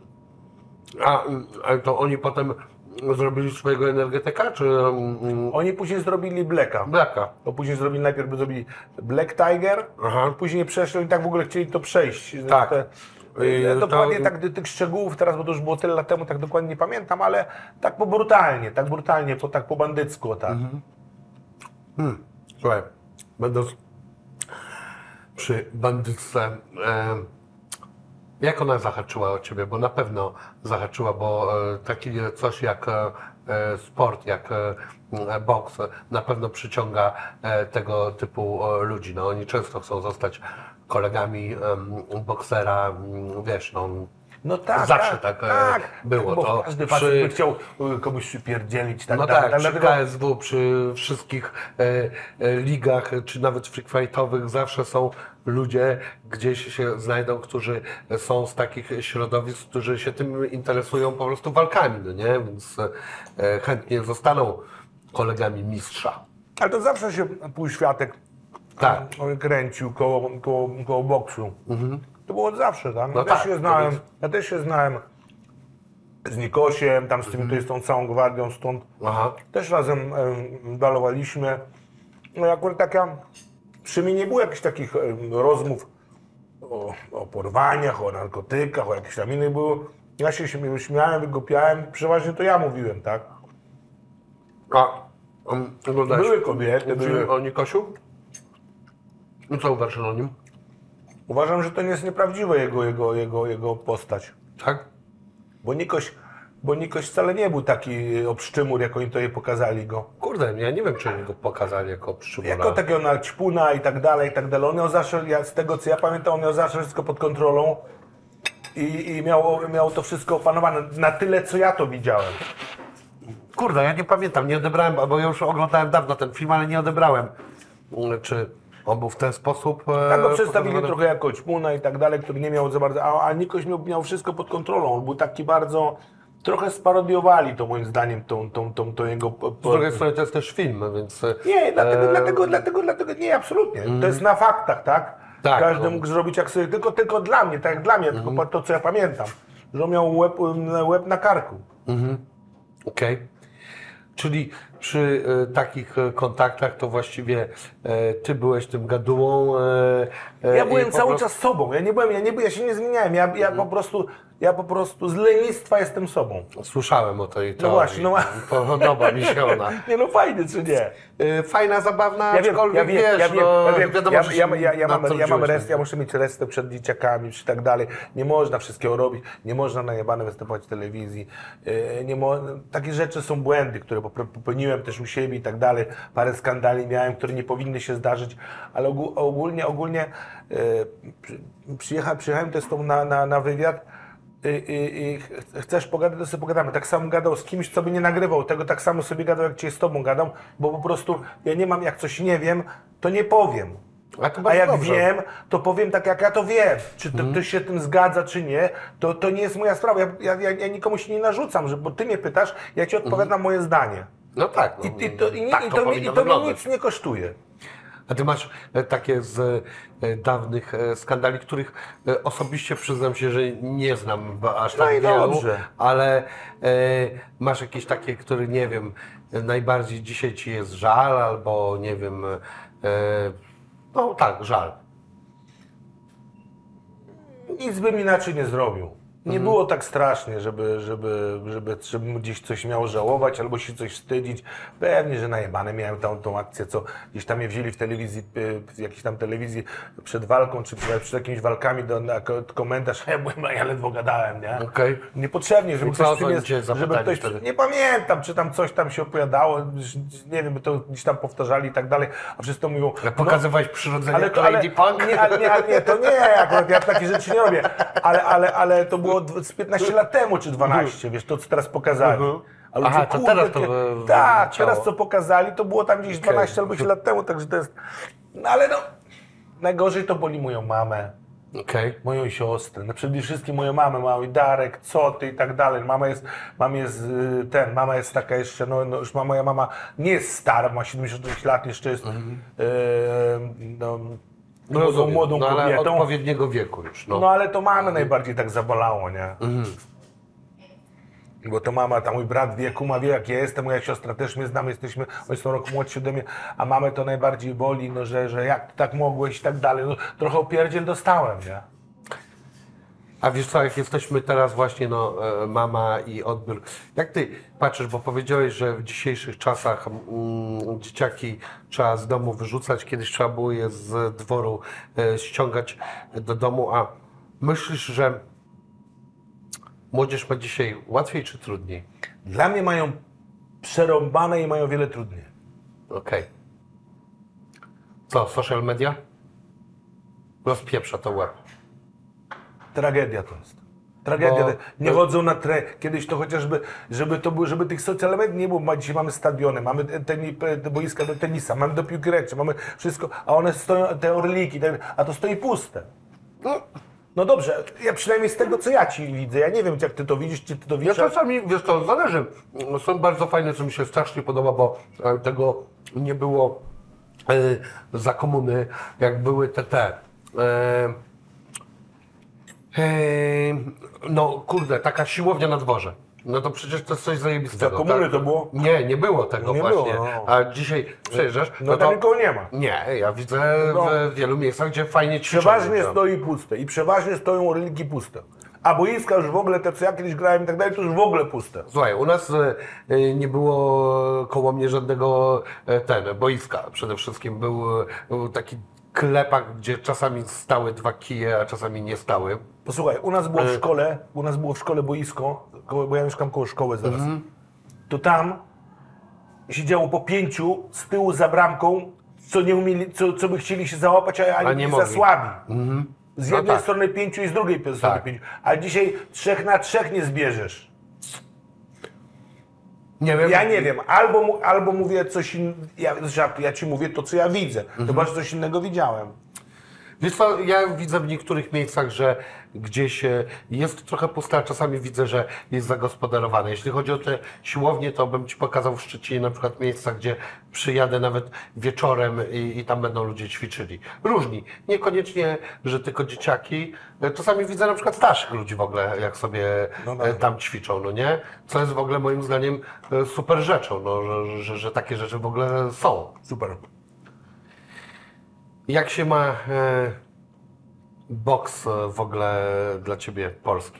Ale to oni potem zrobili swojego energetyka, czy Oni później zrobili Blacka. Blacka? To później najpierw zrobili Black Tiger, Aha. później przeszli i tak w ogóle chcieli to przejść. Tak. Dokładnie tak tych szczegółów teraz, bo to już było tyle lat temu, tak dokładnie nie pamiętam, ale tak brutalnie, tak po bandycku, tak. Słuchaj, będąc przy bandytce, jak ona zahaczyła o Ciebie? Bo na pewno zahaczyła, bo takie coś jak sport, jak boks na pewno przyciąga tego typu ludzi. No, oni często chcą zostać kolegami boksera, wiesz, no. No tak, Zawsze tak było. Bo To każdy facet by chciał komuś przypierdzielić, tak no dalej. tak, przy KSW, przy wszystkich ligach, czy nawet free fightowych zawsze są ludzie, gdzieś się znajdą, którzy są z takich środowisk, którzy się tym interesują po prostu walkami, no nie? Więc chętnie zostaną kolegami mistrza. Ale to zawsze się półświatek Tak. kręcił koło boksu. To było od zawsze, tak? No tak, Ja też się znałem z Nikosiem, tam z tymi, to jest tą całą gwardią stąd. Aha. Też razem balowaliśmy. No i akurat przy mnie nie było jakichś takich rozmów o porwaniach, o narkotykach, o jakichś tam innych było. Ja się śmiałem, wygłupiałem, przeważnie to ja mówiłem, tak? Oglądałeś Były kobiety, film o Nikosiu? No co uważasz o nim? Uważam, że to nie jest nieprawdziwe jego postać. Tak? Bo Nikoś wcale nie był taki obszczymur, jak oni to je pokazali go. Kurde, ja nie wiem, czy oni go pokazali jako przymura. Jako takiego ćpuna i tak dalej, i tak dalej. On miał zawsze, z tego co ja pamiętam, on miał zawsze wszystko pod kontrolą i miał to wszystko opanowane na tyle, co ja to widziałem. Kurde, ja nie pamiętam, nie odebrałem, bo ja już oglądałem dawno ten film, ale nie odebrałem. Czy on był w ten sposób... Tak go przedstawili trochę jako ćpuna i tak dalej, który nie miał za bardzo... A Nikoś miał wszystko pod kontrolą. On był taki bardzo... Trochę sparodiowali to moim zdaniem, tą jego... Z drugiej strony to jest też film, więc... Nie, dlatego nie, absolutnie. To jest na faktach, tak? Tak, Każdy mógł zrobić jak sobie, tylko dla mnie, tak jak dla mnie, tylko to co ja pamiętam. Że on miał łeb na karku. Okej. Czyli przy takich kontaktach to właściwie ty byłeś tym gadułą. Ja byłem cały czas sobą, ja się nie zmieniałem, ja po prostu z lenistwa jestem sobą. Słyszałem o tej teorii. No właśnie, no Podoba mi się ona. Nie no fajnie, czy nie? Fajna, zabawna, aczkolwiek wiesz, wiadomo, że się na co wziąłeś. Ja muszę mieć restę przed dzieciakami, czy tak dalej. Nie można wszystkiego robić, nie można najebane występować w telewizji. Takie rzeczy są błędy, które popełniłem też u siebie i tak dalej. Parę skandali miałem, które nie powinny się zdarzyć, ale ogólnie przyjechałem też na wywiad. I chcesz pogadać, to sobie pogadamy. Tak samo gadał z kimś, co by nie nagrywał tego, tak samo sobie gadał, jak cię z tobą gadam, bo po prostu ja nie mam, jak coś nie wiem, to nie powiem. A jak dobrze. wiem, to powiem tak, jak ja to wiem. Czy ktoś się tym zgadza, czy nie, to nie jest moja sprawa. Ja nikomu się nie narzucam, bo ty mnie pytasz, ja ci odpowiadam moje zdanie. No tak. No, I to mi nic nie kosztuje. A ty masz takie z dawnych skandali, których osobiście przyznam się, że nie znam aż tak No i wielu, dobrze. ale masz jakieś takie, które nie wiem, najbardziej dzisiaj ci jest żal, albo nie wiem, no tak, żal. Nic bym inaczej nie zrobił. Nie było tak strasznie, żeby gdzieś coś miał żałować albo się coś wstydzić. Pewnie, że najebane miałem tą akcję, co gdzieś tam mnie wzięli w telewizji, w jakiejś tam telewizji przed walką, czy przed jakimiś walkami na komentarz, ja ledwo gadałem, nie? Okej. Niepotrzebnie, żeby ktoś wtedy? nie pamiętam, czy tam coś tam się opowiadało, nie wiem, by to gdzieś tam powtarzali i tak dalej, a wszyscy to mówią... Pokazywałeś przyrodzenie Lady Punk? Nie, to nie, akurat ja takie rzeczy nie robię, ale to było z 15 lat temu, czy 12, wiesz, to co teraz pokazali. A ludzie, Aha, to teraz to tak, wyleciało. teraz co pokazali, to było tam gdzieś 12 albo 10 lat temu, także to jest... No ale no, najgorzej to boli moją mamę, Okej. moją siostrę, no przede wszystkim moją mamę, mały Darek, co ty i tak dalej. Mama jest taka jeszcze, no już moja mama nie jest stara, ma 76 lat, jeszcze jest młodą no, ale kobietą. odpowiedniego wieku już. No ale to mamę najbardziej tak zabolało, nie? Bo to mama, mój brat wie, kuma wie jak ja jestem, moja siostra też mnie znam, oni są rok młodsi ode mnie, a mamę to najbardziej boli, no że jak ty tak mogłeś i tak dalej. No, trochę opierdziel dostałem, nie? A wiesz co, jak jesteśmy teraz właśnie, mama i odbiór. Jak ty patrzysz, bo powiedziałeś, że w dzisiejszych czasach dzieciaki trzeba z domu wyrzucać, kiedyś trzeba było je z dworu ściągać do domu, a myślisz, że młodzież ma dzisiaj łatwiej czy trudniej? Dla mnie mają przerąbane i mają wiele trudniej. Okej. Co, social media? Rozpieprza to łeb. Tragedia to jest. Tragedia. Bo- Nie chodzą na kiedyś to chociażby, żeby tych social mediów nie było. Dzisiaj mamy stadiony, mamy boiska do tenisa, mamy do piłki ręcznej, mamy wszystko, a one stoją, te orliki, a to stoi puste. No dobrze, ja przynajmniej z tego, co ja ci widzę, ja nie wiem, jak ty to widzisz, czy ty to Ja widzisz. czasami, wiesz co, zależy. Są bardzo fajne, co mi się strasznie podoba, bo tego nie było za komuny, jak były no kurde, taka siłownia na dworze. No to przecież to jest coś zajebistego. Za komuny tak? to było? Nie było tego Nie właśnie. było, no. A dzisiaj przejeżdżasz, No tam nikogo nie ma. Nie, ja widzę w wielu miejscach, gdzie fajnie ćwiczą. Przeważnie ludzie. stoi puste i przeważnie stoją orliki puste. A boiska już w ogóle, te co ja kiedyś grałem i tak dalej, to już w ogóle puste. Słuchaj, u nas nie było koło mnie żadnego boiska. Przede wszystkim był taki klepak, gdzie czasami stały 2 kije, a czasami nie stały. Posłuchaj, u nas było w szkole boisko, bo ja mieszkam koło szkoły zaraz. To tam siedziało po 5 z tyłu za bramką, co nie umieli, co by chcieli się załapać, a nie nie za mogli. słabi. Z No jednej tak. strony 5 i z drugiej strony Tak. 5. A dzisiaj 3 na 3 nie zbierzesz. Nie wiem. Ja nie wiem, albo mówię coś innego, ja ci mówię to, co ja widzę. Chyba, że coś innego widziałem. Wiesz co, ja widzę w niektórych miejscach, że gdzieś jest trochę puste, a czasami widzę, że jest zagospodarowane. Jeśli chodzi o te siłownie, to bym Ci pokazał w Szczecinie na przykład miejsca, gdzie przyjadę nawet wieczorem i tam będą ludzie ćwiczyli. Różni. Niekoniecznie, że tylko dzieciaki. Czasami widzę na przykład starszych ludzi w ogóle, jak sobie tam ćwiczą, no nie? Co jest w ogóle moim zdaniem super rzeczą, no, że takie rzeczy w ogóle są. Super. Jak się ma boks w ogóle dla Ciebie polski?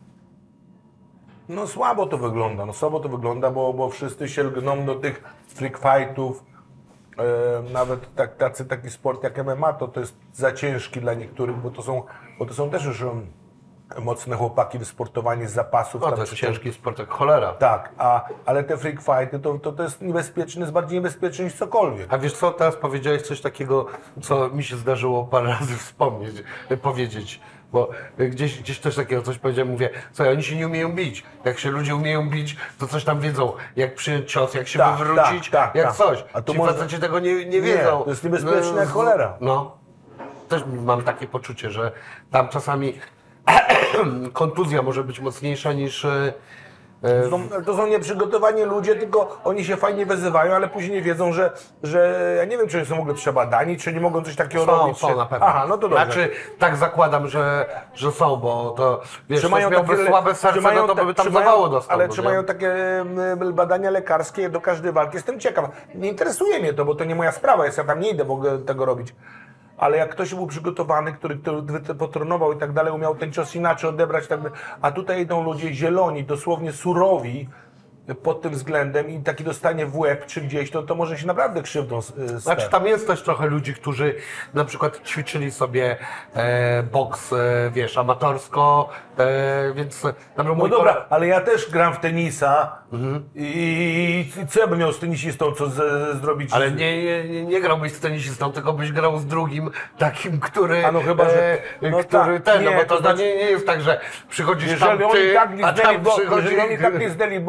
No słabo to wygląda, bo wszyscy się lgną do tych freak fightów. Nawet taki sport jak MMA to jest za ciężki dla niektórych, bo to są też już mocne chłopaki wysportowani z zapasów. No, tam to jest czy- ciężki sport jak cholera. Tak, ale te freak fighty to jest niebezpieczne, jest bardziej niebezpieczne niż cokolwiek. A wiesz co, teraz powiedziałeś coś takiego, co mi się zdarzyło parę razy powiedzieć. Bo gdzieś też takiego coś powiedziałem, mówię, słuchaj, oni się nie umieją bić. Jak się ludzie umieją bić, to coś tam wiedzą, jak przyjąć cios, jak się Tak, wywrócić, tak, jak tak. coś. A to Ci może- faceci tego nie wiedzą. to jest niebezpieczne jak cholera. No, też mam takie poczucie, że tam czasami kontuzja może być mocniejsza niż... To są nieprzygotowani ludzie, tylko oni się fajnie wyzywają, ale później wiedzą, że ja nie wiem, czy oni są w ogóle przebadani, czy nie mogą coś takiego robić. Są czy... na pewno. Aha, no to dobrze. Znaczy, tak zakładam, że są, bo to, wiesz, Czy ktoś miałby takie- słabe serce, no to by tam zawało dostał. Ale no czy nie? mają takie badania lekarskie do każdej walki? Jestem ciekaw. Nie interesuje mnie to, bo to nie moja sprawa jest, ja tam nie idę w ogóle tego robić. Ale jak ktoś był przygotowany, który potrenował i tak dalej, umiał ten cios inaczej odebrać, tak, a tutaj idą ludzie zieloni, dosłownie surowi pod tym względem i taki dostanie w łeb czy gdzieś, to może się naprawdę krzywdą Znaczy tam jest też trochę ludzi, którzy na przykład ćwiczyli sobie boks, wiesz, amatorsko, więc No dobra, ale ja też gram w tenisa i co ja bym miał z tenisistą zrobić? Ale nie grałbyś z tenisistą, tylko byś grał z drugim takim, który... A no chyba, że... No który tak, no bo to znaczy, nie jest tak, że przychodzisz jeżeli tam oni ty, tak a tam przychodzi... jeżeli oni tak nie zdali boksu,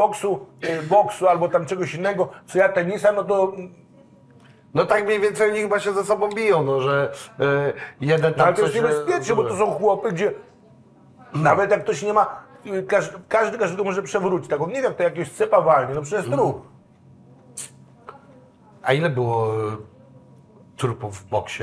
boksu albo tam czegoś innego, co ja tenisa, no to... No tak mniej więcej oni chyba się ze sobą biją, no że jeden tam Ale to coś... jest niebezpieczne, bo to są chłopy, gdzie nawet jak ktoś nie ma, każdy może przewrócić. Tak, on nie wie, jak to jakiegoś cepa walnie, no przecież trup. A ile było trupów w boksie?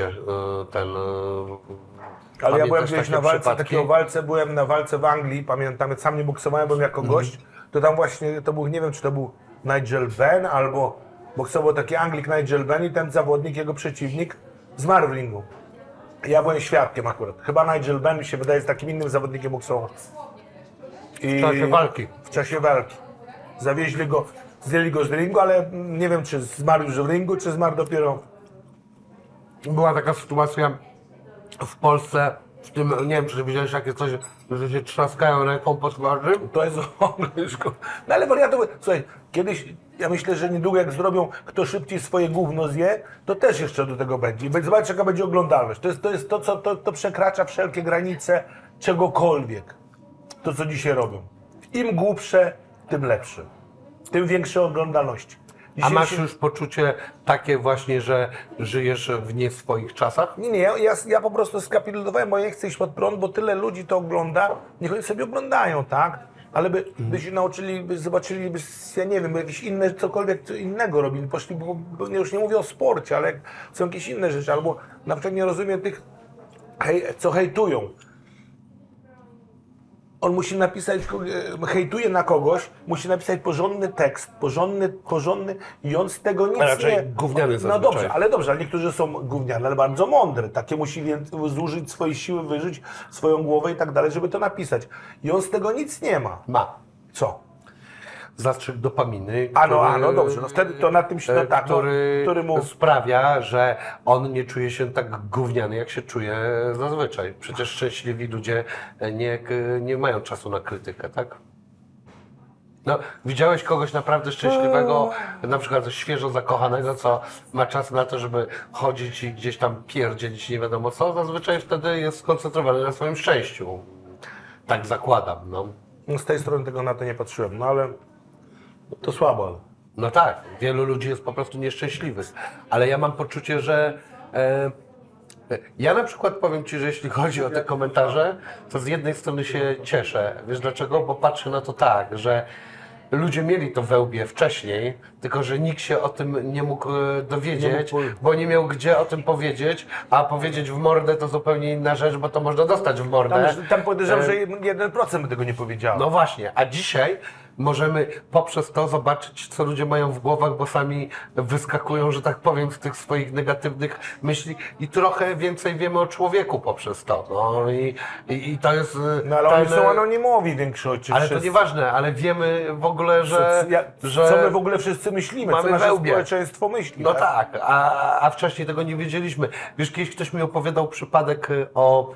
Ale ja byłem pamiętasz gdzieś takie na walce, przypadki? takiego walce, byłem na walce w Anglii, pamiętam, sam nie boksowałem, byłem jako gość, to tam właśnie, to był, nie wiem, czy to był Nigel Benn, albo boksował taki Anglik Nigel Benn i ten zawodnik, jego przeciwnik, zmarł w ringu. Ja byłem świadkiem akurat. Chyba Nigel Benn, mi się wydaje, z takim innym zawodnikiem boksował. W czasie walki. W czasie walki. Zawieźli go, zdjęli go z ringu, ale nie wiem, czy zmarł już w ringu, czy zmarł dopiero... Była taka sytuacja w Polsce, w tym, nie wiem, czy widziałeś takie coś, że się trzaskają ręką po twarzy? To jest już... No ale wariatowy... Słuchaj, kiedyś, ja myślę, że niedługo jak zrobią, kto szybciej swoje gówno zje, to też jeszcze do tego będzie. I zobacz, jaka będzie oglądalność. To jest to, co to przekracza wszelkie granice czegokolwiek. To, co dzisiaj robią. Im głupsze, tym lepsze. Tym większe oglądalności. A masz już poczucie takie właśnie, że żyjesz w nie swoich czasach? Nie, ja po prostu skapitulowałem, bo ja nie chcę iść pod prąd, bo tyle ludzi to ogląda, niech oni sobie oglądają, tak? Ale by się nauczyli, by zobaczyli, ja nie wiem, by jakieś inne, cokolwiek co innego robili, poszli, bo już nie mówię o sporcie, ale są jakieś inne rzeczy, albo na przykład nie rozumiem tych, co hejtują. On musi napisać, hejtuje na kogoś, musi napisać porządny tekst, porządny i on z tego nic raczej nie... gówniany No zazwyczaj. dobrze, ale niektórzy są gówniane, ale bardzo mądre. Takie musi zużyć swojej siły, wyżyć swoją głowę i tak dalej, żeby to napisać. I on z tego nic nie ma. Ma. Co? Zastrzyk dopaminy, No dobrze, no wtedy to na tym się... No tak, który mu... sprawia, że on nie czuje się tak gówniany, jak się czuje zazwyczaj. Przecież szczęśliwi ludzie nie mają czasu na krytykę, tak? No, widziałeś kogoś naprawdę szczęśliwego, na przykład świeżo zakochanego, co ma czas na to, żeby chodzić i gdzieś tam pierdzielić nie wiadomo co, zazwyczaj wtedy jest skoncentrowany na swoim szczęściu. Tak zakładam, no. No z tej strony tego na to nie patrzyłem, no ale to słabo. Ale... No tak, wielu ludzi jest po prostu nieszczęśliwych, ale ja mam poczucie, że ja na przykład powiem Ci, że jeśli chodzi o te komentarze, to z jednej strony się cieszę. Wiesz dlaczego? Bo patrzę na to tak, że ludzie mieli to we łbie wcześniej, tylko że nikt się o tym nie mógł dowiedzieć, bo nie miał gdzie o tym powiedzieć, a powiedzieć w mordę to zupełnie inna rzecz, bo to można dostać w mordę. Tam podejrzewam, że 1% by tego nie powiedział. No właśnie, a dzisiaj możemy poprzez to zobaczyć, co ludzie mają w głowach, bo sami wyskakują, że tak powiem, z tych swoich negatywnych myśli i trochę więcej wiemy o człowieku poprzez to. No i to jest... No ale oni są anonimowi w większości. Ale to nieważne, ale wiemy w ogóle, że... Co my w ogóle wszyscy myślimy, co nasze społeczeństwo myśli. No tak, a wcześniej tego nie wiedzieliśmy. Wiesz, kiedyś ktoś mi opowiadał przypadek o...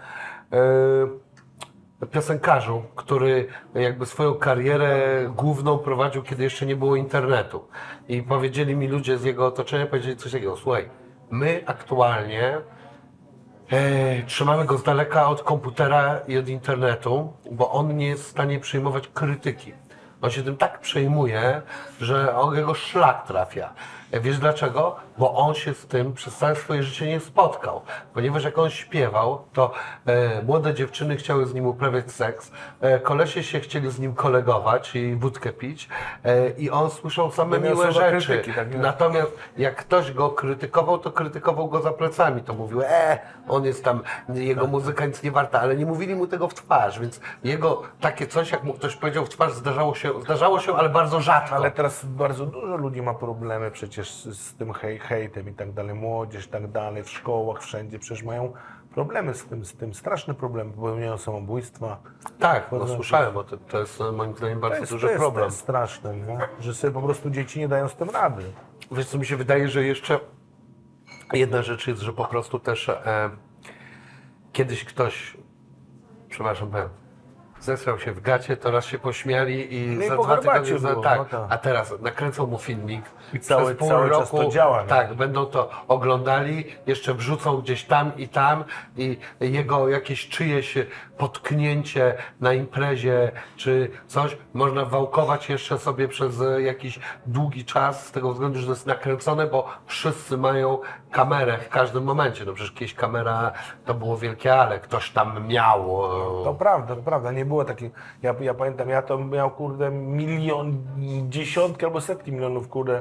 piosenkarzu, który jakby swoją karierę główną prowadził, kiedy jeszcze nie było internetu. I powiedzieli mi ludzie z jego otoczenia, powiedzieli coś takiego: słuchaj, my aktualnie trzymamy go z daleka od komputera i od internetu, bo on nie jest w stanie przyjmować krytyki. On się tym tak przejmuje, że jego szlak trafia. Wiesz dlaczego? Bo on się z tym przez całe swoje życie nie spotkał. Ponieważ jak on śpiewał, to młode dziewczyny chciały z nim uprawiać seks, kolesie się chcieli z nim kolegować i wódkę pić i on słyszał same miłe rzeczy. Krytyki, tak, Natomiast jak ktoś go krytykował, to krytykował go za plecami. To mówił, on jest tam, jego muzyka nic nie warta, ale nie mówili mu tego w twarz, więc jego takie coś, jak mu ktoś powiedział w twarz, zdarzało się, ale bardzo rzadko. Ale teraz bardzo dużo ludzi ma problemy przecież z tym hejtem i tak dalej, młodzież i tak dalej, w szkołach, wszędzie przecież mają problemy z tym straszne problemy, popełniają samobójstwa. Tak, no słyszałem o tym, to jest moim zdaniem bardzo duży problem. To jest straszne, nie? Że sobie po prostu dzieci nie dają z tym rady. Wiesz co, mi się wydaje, że jeszcze jedna rzecz jest, że po prostu też kiedyś ktoś, przepraszam, zesrał się w gacie, to raz się pośmiali i No i za po 2 tygodnie... herbacie było, tak, no tak. a teraz nakręcą mu filmik I cały przez pół czas roku, to działa, nie? tak, będą to oglądali, jeszcze wrzucą gdzieś tam i jego jakieś czyjeś potknięcie na imprezie czy coś, można wałkować jeszcze sobie przez jakiś długi czas z tego względu, że to jest nakręcone, bo wszyscy mają kamerę w każdym momencie. No przecież kiedyś kamera to było wielkie ale, ktoś tam miał. To prawda, nie było takiej, ja pamiętam, ja to miał kurde milion, dziesiątki albo setki milionów kurde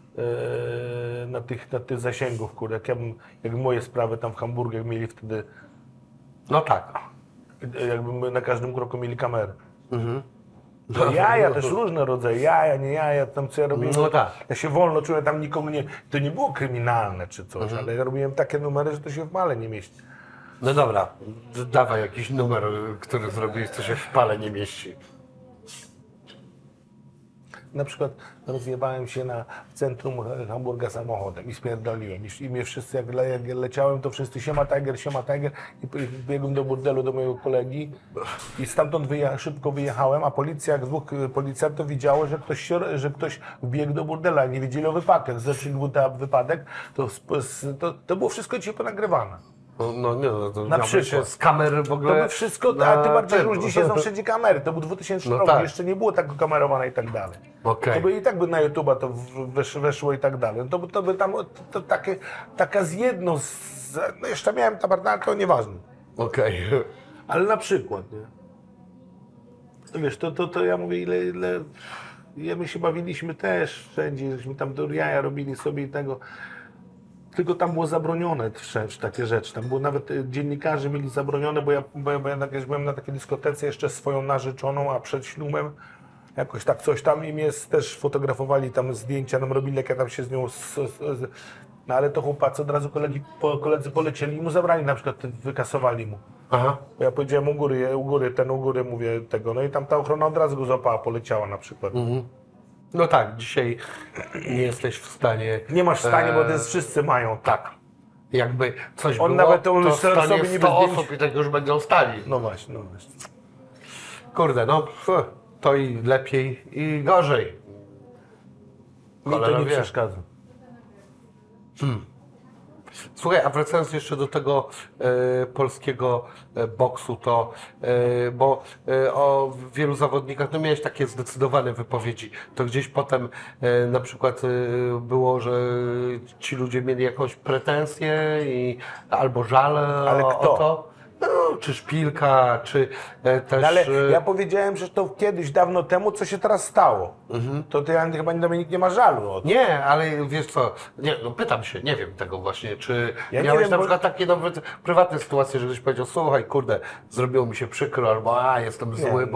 na tych zasięgów kurde, jak moje sprawy tam w Hamburgu mieli wtedy, No tak. jakby my na każdym kroku mieli kamerę. No jaja też różne rodzaje, jaja, nie jaja, tam co ja robiłem, No tak. ja się wolno czułem, tam nikomu nie, to nie było kryminalne czy coś, ale ja robiłem takie numery, że to się w male nie mieści. No dobra, dawaj jakiś numer, który zrobiłeś, co się w pale nie mieści. Na przykład rozjebałem się w centrum Hamburga samochodem i spierdoliłem. I mnie wszyscy, jak leciałem, to wszyscy siema Tiger i biegłem do burdelu do mojego kolegi i stamtąd szybko wyjechałem, a policja, jak dwóch policjantów widziało, że ktoś wbiegł do burdela, nie wiedzieli o wypadkach. Zeszli wypadek, to było wszystko dzisiaj ponagrywane. No nie, no to Na przykład. się z kamer w ogóle... To by wszystko, a tym bardziej, że już dzisiaj są wszędzie kamery. To był 2000 No rok, tak. jeszcze nie było tak kamerowane i tak dalej. Okej. To by i tak by na YouTube'a to weszło i tak dalej. To by tam taka z jedną, no jeszcze miałem tabarnak, ale to nieważne. Okej. Ale na przykład, nie? Wiesz, to ja mówię, ile my się bawiliśmy też wszędzie, żeśmy tam do jaja robili sobie i tego. Tylko tam było zabronione takie rzeczy. Tam było nawet dziennikarze mieli zabronione, bo ja kiedyś byłem na takiej dyskotece jeszcze swoją narzeczoną, a przed ślubem jakoś tak coś tam i mnie też fotografowali, tam zdjęcia nam robili, jak ja tam się z nią... No ale to chłopacy od razu koledzy polecieli i mu zabrali, na przykład wykasowali mu. Aha. Bo ja powiedziałem u góry mówię tego, no i tam ta ochrona od razu go złapała, poleciała na przykład. No tak, dzisiaj nie jesteś w stanie... Nie masz w stanie, bo to jest, wszyscy mają. Tak. Jakby coś On było, nawet on to sobie stanie niby 100 zdjęć- osób i tak już będą stali. No właśnie, no właśnie. Kurde, no to i lepiej i gorzej. Mi to Cholera nie wie. przeszkadza. Słuchaj, a wracając jeszcze do tego polskiego boksu, to bo o wielu zawodnikach, no miałeś takie zdecydowane wypowiedzi, to gdzieś potem na przykład było, że ci ludzie mieli jakąś pretensję albo żal Ale kto? o to. No, czy Szpilka, czy też... No ale ja powiedziałem, że to kiedyś, dawno temu, co się teraz stało. To ja chyba Dominik nie ma żalu o to. Nie, ale wiesz co, nie, no pytam się, nie wiem tego właśnie, czy Ja nie miałeś wiem, na bo- przykład takie nawet prywatne sytuacje, że ktoś powiedział, słuchaj, kurde, zrobiło mi się przykro, albo jestem zły,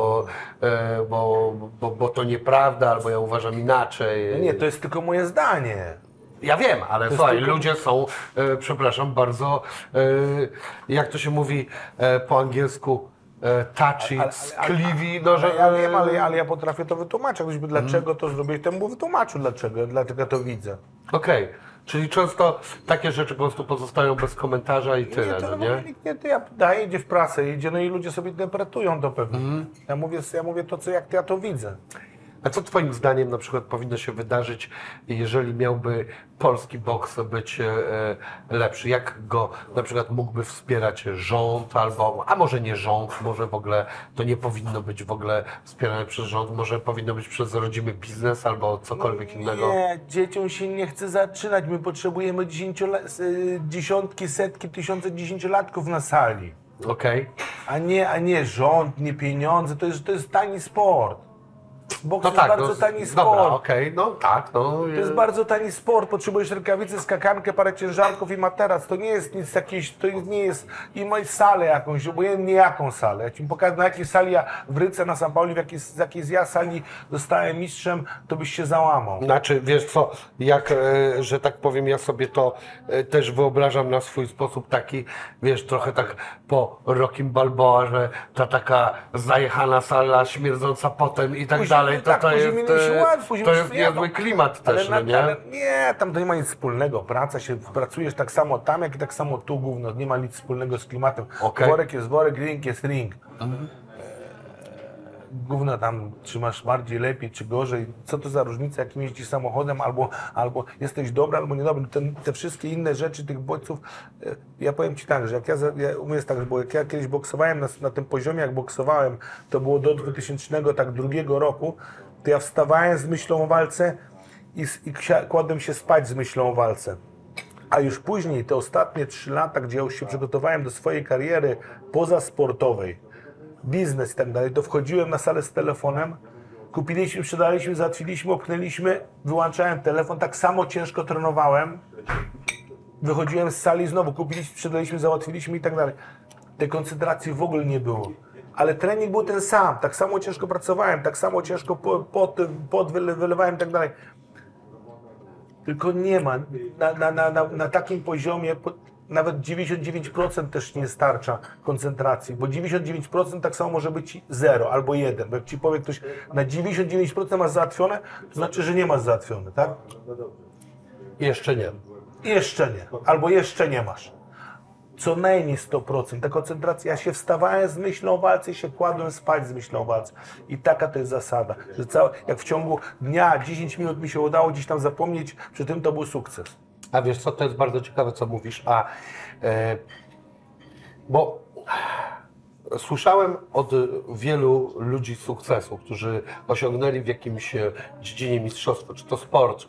bo to nieprawda, albo ja uważam inaczej. Nie, to jest tylko moje zdanie. Ja wiem, ale słuchaj, tylko- ludzie są, przepraszam bardzo, jak to się mówi po angielsku, touchy, skliwi, no że... Ja wiem, ale ja potrafię to wytłumaczyć. Jak ktoś by dlaczego to zrobić, to bym mu wytłumaczył dlaczego to widzę. Okej, czyli często takie rzeczy po prostu pozostają bez komentarza i tyle, to no nie? nikt nie, to ja daję, idzie w prasę, idzie, no i ludzie sobie interpretują to pewnie. Ja mówię to, jak ja to widzę. A co Twoim zdaniem na przykład powinno się wydarzyć, jeżeli miałby polski boks być lepszy? Jak go na przykład mógłby wspierać rząd albo, a może nie rząd, może w ogóle to nie powinno być w ogóle wspierane przez rząd, może powinno być przez rodzimy biznes albo cokolwiek innego? Nie, dzieciom się nie chce zaczynać. My potrzebujemy dziesiątki, setki, tysiące dziesięciolatków na sali. Okej. A nie rząd, nie pieniądze. To jest tani sport. Boks No jest tak, bardzo no, tani sport. dobra, okej, no tak, no. To jest bardzo tani sport. Potrzebujesz rękawicy, skakankę, parę ciężarków i materac. To nie jest nic jakieś, to nie jest... I masz salę jakąś, obojętnie jaką salę. Ja ci pokażę, na jakiej sali ja w Ryce na San Pauli, z jakiej ja sali zostałem mistrzem, to byś się załamał. Znaczy, wiesz co, jak, że tak powiem, ja sobie to też wyobrażam na swój sposób taki, wiesz, trochę tak po Rockim Balboa, że ta taka zajechana sala, śmierdząca potem i tak Później- dalej, to, tak, to później jest, mieliśmy ład, później to już jest jadą. niezły klimat też, no nie? Ale nie, tam to nie ma nic wspólnego. Praca się, pracujesz tak samo tam, jak i tak samo tu, gówno. Nie ma nic wspólnego z klimatem. Okej. Worek jest worek, ring jest ring. gówno tam, czy masz bardziej lepiej, czy gorzej, co to za różnica, jakim jeździsz samochodem, albo jesteś dobry, albo niedobry. Te wszystkie inne rzeczy tych bodźców, ja powiem Ci tak, że jak ja umiem tak, bo jak ja kiedyś boksowałem na tym poziomie, jak boksowałem, to było do 2002 roku, to ja wstawałem z myślą o walce i kładłem się spać z myślą o walce. A już później, te ostatnie 3 lata, gdzie ja już się przygotowałem do swojej kariery pozasportowej, biznes i tak dalej, to wchodziłem na salę z telefonem, kupiliśmy, sprzedaliśmy, załatwiliśmy, opchnęliśmy, wyłączałem telefon, tak samo ciężko trenowałem, wychodziłem z sali, znowu kupiliśmy, sprzedaliśmy, załatwiliśmy i tak dalej. Tej koncentracji w ogóle nie było. Ale trening był ten sam, tak samo ciężko pracowałem, tak samo ciężko pot wylewałem i tak dalej. Tylko nie ma, na takim poziomie, nawet 99% też nie starcza koncentracji, bo 99% tak samo może być 0 albo 1. Bo jak Ci powie ktoś, na 99% masz załatwione, to znaczy, że nie masz załatwione, tak? Jeszcze nie. Jeszcze nie, albo jeszcze nie masz. Co najmniej 100%. Ta koncentracja, ja się wstawałem z myślą o walce i się kładłem spać z myślą o walce. I taka to jest zasada, że jak w ciągu dnia 10 minut mi się udało gdzieś tam zapomnieć, przy tym to był sukces. A wiesz co, to jest bardzo ciekawe, co mówisz, bo słyszałem od wielu ludzi sukcesu, którzy osiągnęli w jakimś dziedzinie mistrzostwo, czy to sport,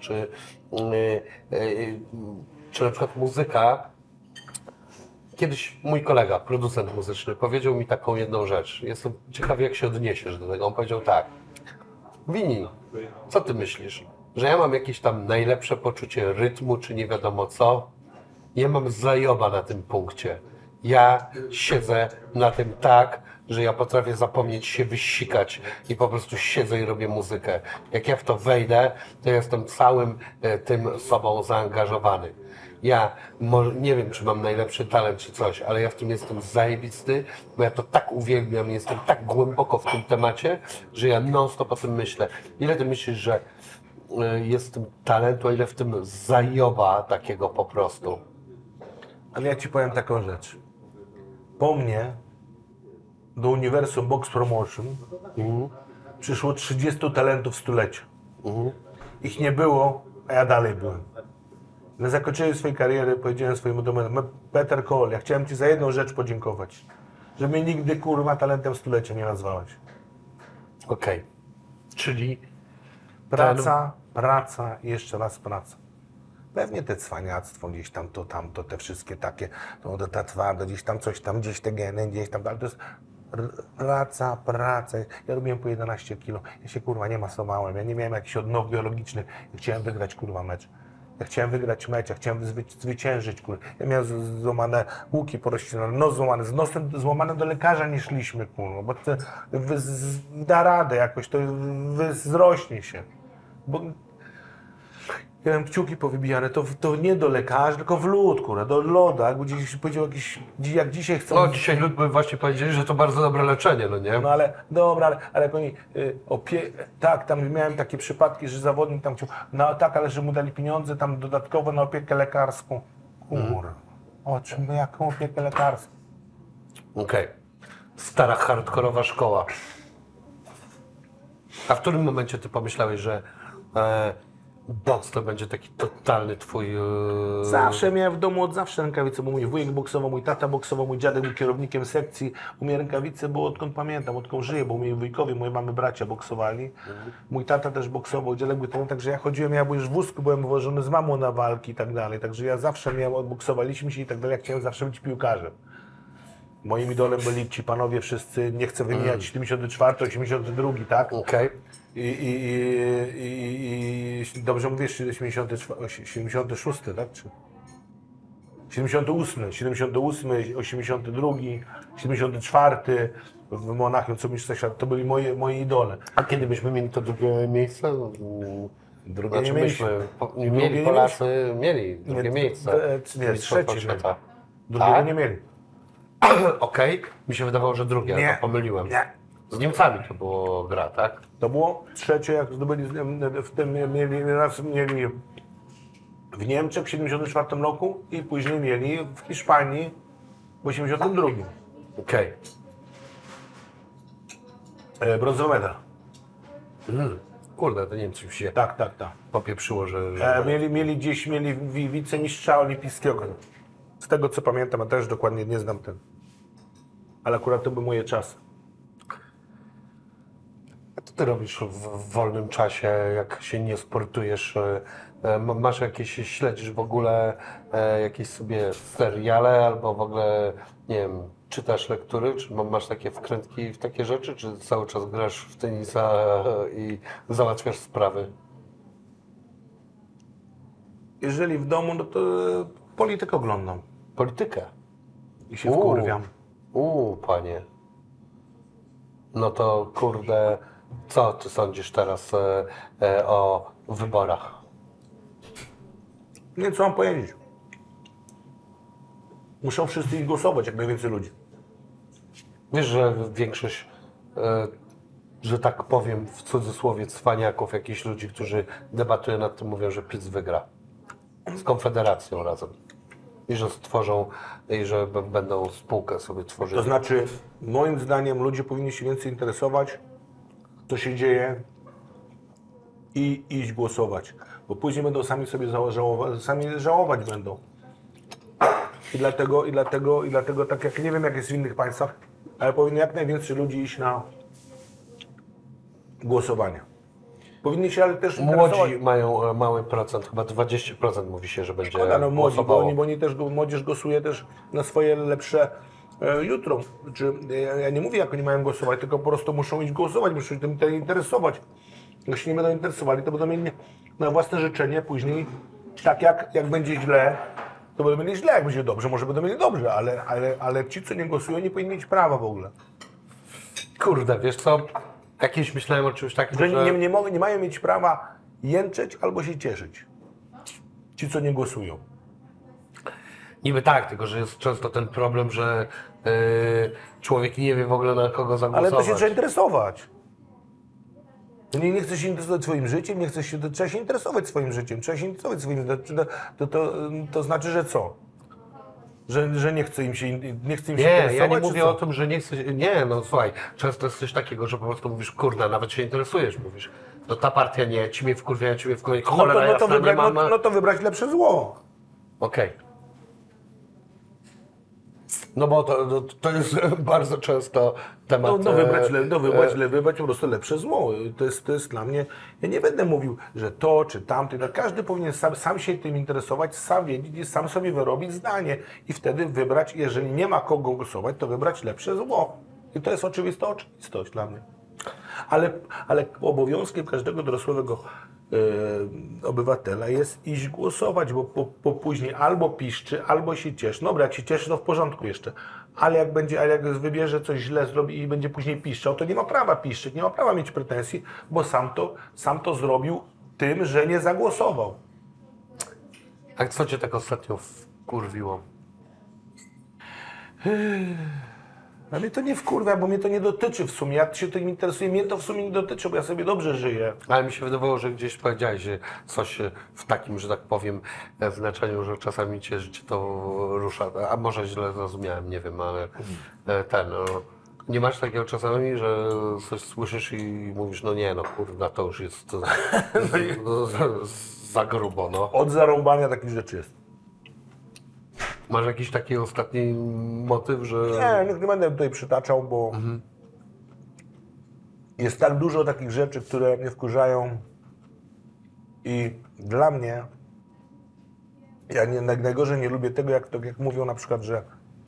czy na przykład muzyka. Kiedyś mój kolega, producent muzyczny, powiedział mi taką jedną rzecz. Jestem ciekawy, jak się odniesiesz do tego. On powiedział tak: Wini, co ty myślisz? Że ja mam jakieś tam najlepsze poczucie rytmu, czy nie wiadomo co? Ja mam zajoba na tym punkcie. Ja siedzę na tym tak, że ja potrafię zapomnieć się wysikać i po prostu siedzę i robię muzykę. Jak ja w to wejdę, to jestem całym tym sobą zaangażowany. Ja nie wiem, czy mam najlepszy talent, czy coś, ale ja w tym jestem zajebisty, bo ja to tak uwielbiam, jestem tak głęboko w tym temacie, że ja non-stop o tym myślę. Ile ty myślisz, że jest w tym talentu, a ile w tym zajoba takiego po prostu? Ale ja Ci powiem taką rzecz. Po mnie do uniwersum Box Promotion przyszło 30 talentów stulecia. Ich nie było, a ja dalej byłem. Na zakończeniu swojej kariery powiedziałem swojemu domenowi: Peter Cole, ja chciałem Ci za jedną rzecz podziękować, że mnie nigdy, kurwa, talentem stulecia nie nazwałeś. Okej. Czyli Praca i jeszcze raz praca. Pewnie te cwaniactwo gdzieś tam, to tamto, te wszystkie takie, to ta twardo, gdzieś tam coś tam, gdzieś te geny, gdzieś tam, ale to jest praca. Ja robiłem po 11 kilo, ja się, kurwa, nie masowałem, ja nie miałem jakichś odnów biologicznych, ja chciałem wygrać, kurwa, mecz. Ja chciałem wygrać mecz, ja chciałem zwyciężyć, kurwa. Ja miałem złamane łuki porośnione, nos złamany, z nosem złamane, do lekarza nie szliśmy, kurwa, bo to da radę jakoś, to wzrośnie się. Bo ja miałem kciuki powybijane, to nie do lekarza, tylko w lód, kurwa, do loda, jakby gdzieś powiedział jakiś, jak dzisiaj chcą... No dzisiaj lud by właśnie powiedzieli, że to bardzo dobre leczenie, no nie? No ale, dobra, ale jak oni, tak, tam miałem takie przypadki, że zawodnik tam chciał, no tak, ale że mu dali pieniądze tam dodatkowo na opiekę lekarską. Kurwa, o czym, jaką opiekę lekarską? Okej. Stara, hardkorowa szkoła. A w którym momencie ty pomyślałeś, że boks to będzie taki totalny twój... Zawsze miałem w domu, od zawsze rękawice, bo mój wujek boksował, mój tata boksował, mój dziadek był kierownikiem sekcji. U mnie rękawice było odkąd pamiętam, odkąd żyję, bo moi wujkowie, moje mamy bracia boksowali. Mój tata też boksował, dziadek był tam, także ja chodziłem, ja już w wózku byłem uważany z mamą na walki i tak dalej. Także ja zawsze miałem, boksowaliśmy się i tak dalej, ja chciałem zawsze być piłkarzem. Moim idolem byli ci panowie wszyscy, nie chcę wymieniać, 74, 82, tak? Okej. I dobrze mówisz, 76, tak? Czy 78, 82, 74 w Monachium, co mistrzostwa świata, to byli moje idole. A kiedy byśmy mieli to drugie miejsce? Drugie nie mieliśmy. Mieli Polacy, mieli drugie miejsce. Nie, trzecie świata. Drugiego nie mieli. Okej, mi się wydawało, że drugie, ale to pomyliłem. Nie. Z Niemcami to było gra, tak? To było trzecie, jak zdobyli w tym, mieli w Niemczech w 74 roku i później mieli w Hiszpanii w 82. Okej. Brązowy medal. Kurde, to nie wiem, czy mi się Tak. popieprzyło, że... Mieli wicemistrza olimpijskiego. Z tego co pamiętam, a też dokładnie nie znam ten. Ale akurat to były moje czasy. Co ty robisz w wolnym czasie, jak się nie sportujesz? Masz jakieś, śledzisz w ogóle jakieś sobie seriale albo w ogóle, nie wiem, czytasz lektury? Czy masz takie wkrętki w takie rzeczy? Czy cały czas grasz w tenisa i załatwiasz sprawy? Jeżeli w domu, no to politykę oglądam Politykę? i się wkurwiam. Panie. No to kurde, co ty sądzisz teraz o wyborach? Nie wiem, co mam powiedzieć. Muszą wszyscy iść głosować, jak najwięcej ludzi. Wiesz, że większość, że tak powiem w cudzysłowie, cwaniaków, jakichś ludzi, którzy debatują nad tym, mówią, że PiS wygra. Z Konfederacją razem. I że stworzą, i że będą spółkę sobie tworzyli. To znaczy, moim zdaniem ludzie powinni się więcej interesować, co się dzieje i iść głosować. Bo później będą sami sobie żałować będą. I dlatego tak jak nie wiem jak jest w innych państwach, ale powinno jak najwięcej ludzi iść na głosowanie. Powinni się ale też interesować. Młodzi mają mały procent, chyba 20% mówi się, że będzie Szkoda, no młodzi, głosowało. bo oni też, młodzież głosuje też na swoje lepsze jutro. Znaczy, ja nie mówię jak oni mają głosować, tylko po prostu muszą iść głosować, muszą się tym interesować. Jak się nie będą interesowali, to będą mieli na własne życzenie później, tak jak będzie źle, to będą mieli źle, jak będzie dobrze, może będą mieli dobrze, ale ci, co nie głosują, nie powinni mieć prawa w ogóle. Kurde, wiesz co? Jakieś myślałem o czymś takim, Że że... nie mają mieć prawa jęczeć albo się cieszyć. Ci, co nie głosują. Niby tak, tylko że jest często ten problem, że człowiek nie wie w ogóle na kogo Ale zagłosować. to się trzeba interesować. Nie chcesz się interesować swoim życiem, trzeba się interesować swoim życiem, trzeba się interesować swoim życiem. To znaczy, że co? Że nie chce im się interesować? Ja nie czy mówię co? o tym, że nie chcę... Nie, no słuchaj, często jest coś takiego, że po prostu mówisz, kurna, nawet się interesujesz, mówisz, no ta partia nie, ci mnie wkurwiają, cholera jasna, nie mam... no to wybrać lepsze zło. Okej. No bo to jest bardzo często temat... Wybrać po prostu lepsze zło. To jest dla mnie... Ja nie będę mówił, że to czy tamty. No każdy powinien sam się tym interesować, sam wiedzieć i sam sobie wyrobić zdanie. I wtedy wybrać, jeżeli nie ma kogo głosować, to wybrać lepsze zło. I to jest oczywista oczywistość dla mnie. Ale obowiązkiem każdego dorosłego obywatela jest iść głosować, bo później albo piszczy, albo się cieszy. Dobra, jak się cieszy, to w porządku jeszcze. Ale jak wybierze coś źle, zrobi i będzie później piszczał, to nie ma prawa piszczeć, nie ma prawa mieć pretensji, bo sam to zrobił tym, że nie zagłosował. A co cię tak ostatnio wkurwiło? A mnie to nie wkurwia, bo mnie to nie dotyczy w sumie. Jak się tym interesuje, mnie to w sumie nie dotyczy, bo ja sobie dobrze żyję. Ale mi się wydawało, że gdzieś powiedziałeś, że coś w takim, że tak powiem, znaczeniu, że czasami cię życie to rusza. A może źle zrozumiałem, nie wiem, ale nie masz takiego czasami, że coś słyszysz i mówisz, no nie, no kurwa, to już jest za grubo, no. Od zarąbania takich rzeczy jest. Masz jakiś taki ostatni motyw, że... Nie będę tutaj przytaczał, bo jest tak dużo takich rzeczy, które mnie wkurzają i dla mnie, najgorzej nie lubię tego, jak mówią na przykład, że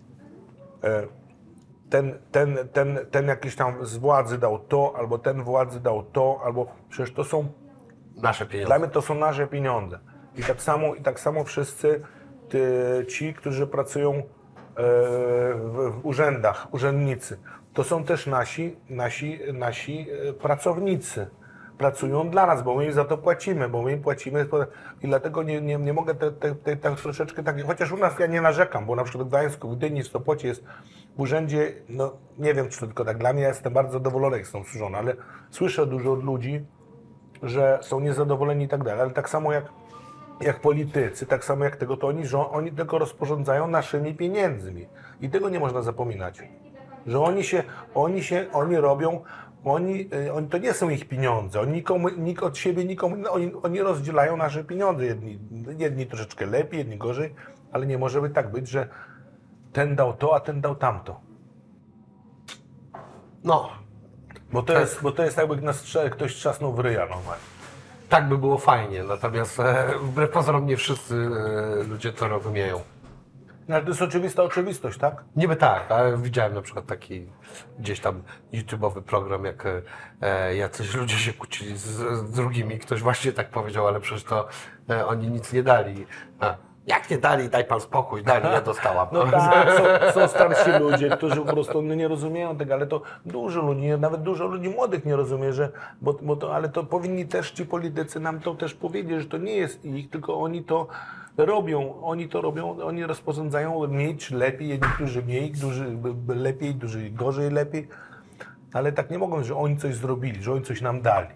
ten jakiś tam z władzy dał to, albo ten władzy dał to, albo przecież to są Nasze pieniądze. Dla mnie to są nasze pieniądze. I tak samo wszyscy ci, którzy pracują w urzędach, urzędnicy, to są też nasi pracownicy. Pracują dla nas, bo my im za to płacimy, i dlatego nie mogę tak troszeczkę tak, chociaż u nas ja nie narzekam, bo na przykład w Gdańsku, w Gdyni, w Sopocie jest w urzędzie, no nie wiem czy to tylko tak dla mnie, ja jestem bardzo zadowolony jak są służone, ale słyszę dużo od ludzi, że są niezadowoleni i tak dalej, ale tak samo jak politycy, tak samo jak tego, to oni tylko rozporządzają naszymi pieniędzmi i tego nie można zapominać, że oni robią Oni to nie są ich pieniądze. Nikt od siebie nikomu, oni rozdzielają nasze pieniądze. Jedni troszeczkę lepiej, jedni gorzej, ale nie może być, że ten dał to, a ten dał tamto. No, Bo to jest jakby nas ktoś trzasnął w ryja normalnie. tak by było fajnie, natomiast wbrew pozorom nie wszyscy ludzie to rozumieją. No, ale to jest oczywista oczywistość, tak? Niby tak, ale widziałem na przykład taki gdzieś tam YouTube'owy program, jak jacyś ludzie się kłócili z drugimi. Ktoś właśnie tak powiedział, ale przecież to oni nic nie dali. Jak nie dali, daj pan spokój, dali, ja dostałam. No tak, są starsi ludzie, którzy po prostu nie rozumieją tego, ale to dużo ludzi, nawet dużo ludzi młodych nie rozumie, że, ale to powinni też ci politycy nam to też powiedzieć, że to nie jest ich, tylko oni to robią, oni rozporządzają mniej czy lepiej, niektórzy mniej, którzy lepiej, którzy gorzej lepiej, ale tak nie mogą, że oni coś zrobili, że oni coś nam dali.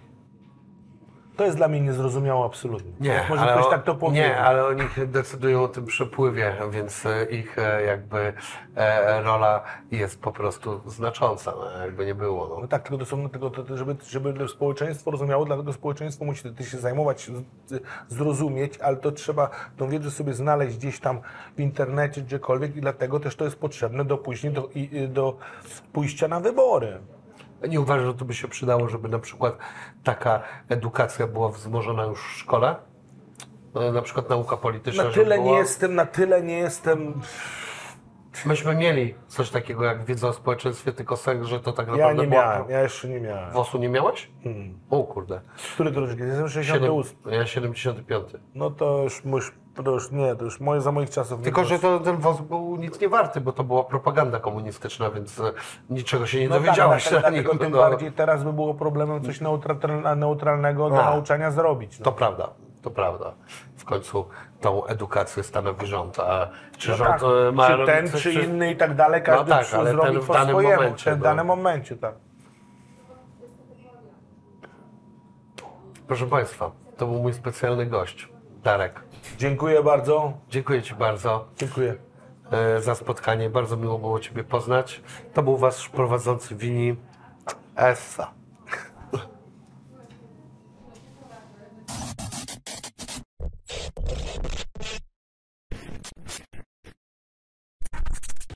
To jest dla mnie niezrozumiałe absolutnie. Nie, może ale ktoś tak to powiedzieć. Nie, ale oni decydują o tym przepływie, więc ich jakby rola jest po prostu znacząca, jakby nie było. No. No tak, tylko to są, żeby społeczeństwo rozumiało, dlatego społeczeństwo musi tym się zajmować, zrozumieć, ale to trzeba tą wiedzę sobie znaleźć gdzieś tam w internecie, gdziekolwiek i dlatego też to jest potrzebne do pójścia na wybory. Nie uważasz, że to by się przydało, żeby na przykład taka edukacja była wzmożona już w szkole? No, na przykład nauka polityczna. Na tyle nie jestem. Myśmy mieli coś takiego jak wiedza o społeczeństwie, tylko sens, że to tak Ja naprawdę nie miałem, ja jeszcze nie miałem. WOS-u nie miałeś? O kurde. Który to rocznik? Jestem 68. Ja 75. No to już za moich czasów. Tylko, że ten WOS był nic nie warty, bo to była propaganda komunistyczna, więc niczego się nie No dowiedziałeś. tak, dlatego tym bardziej teraz by było problemem coś neutralnego do nauczania zrobić. No. To prawda, to prawda. W końcu tą edukację stanowi rząd, a czy No rząd tak, ma czy robić ten, coś, czy inny i tak dalej, każdy tak, ale zrobi ten w po danym swojemu, momencie, w no. danym momencie, tak. Proszę Państwa, to był mój specjalny gość, Darek. Dziękuję bardzo. Dziękuję Ci bardzo Dziękuję. za spotkanie, bardzo miło było Ciebie poznać. To był Wasz prowadzący Wini Essa.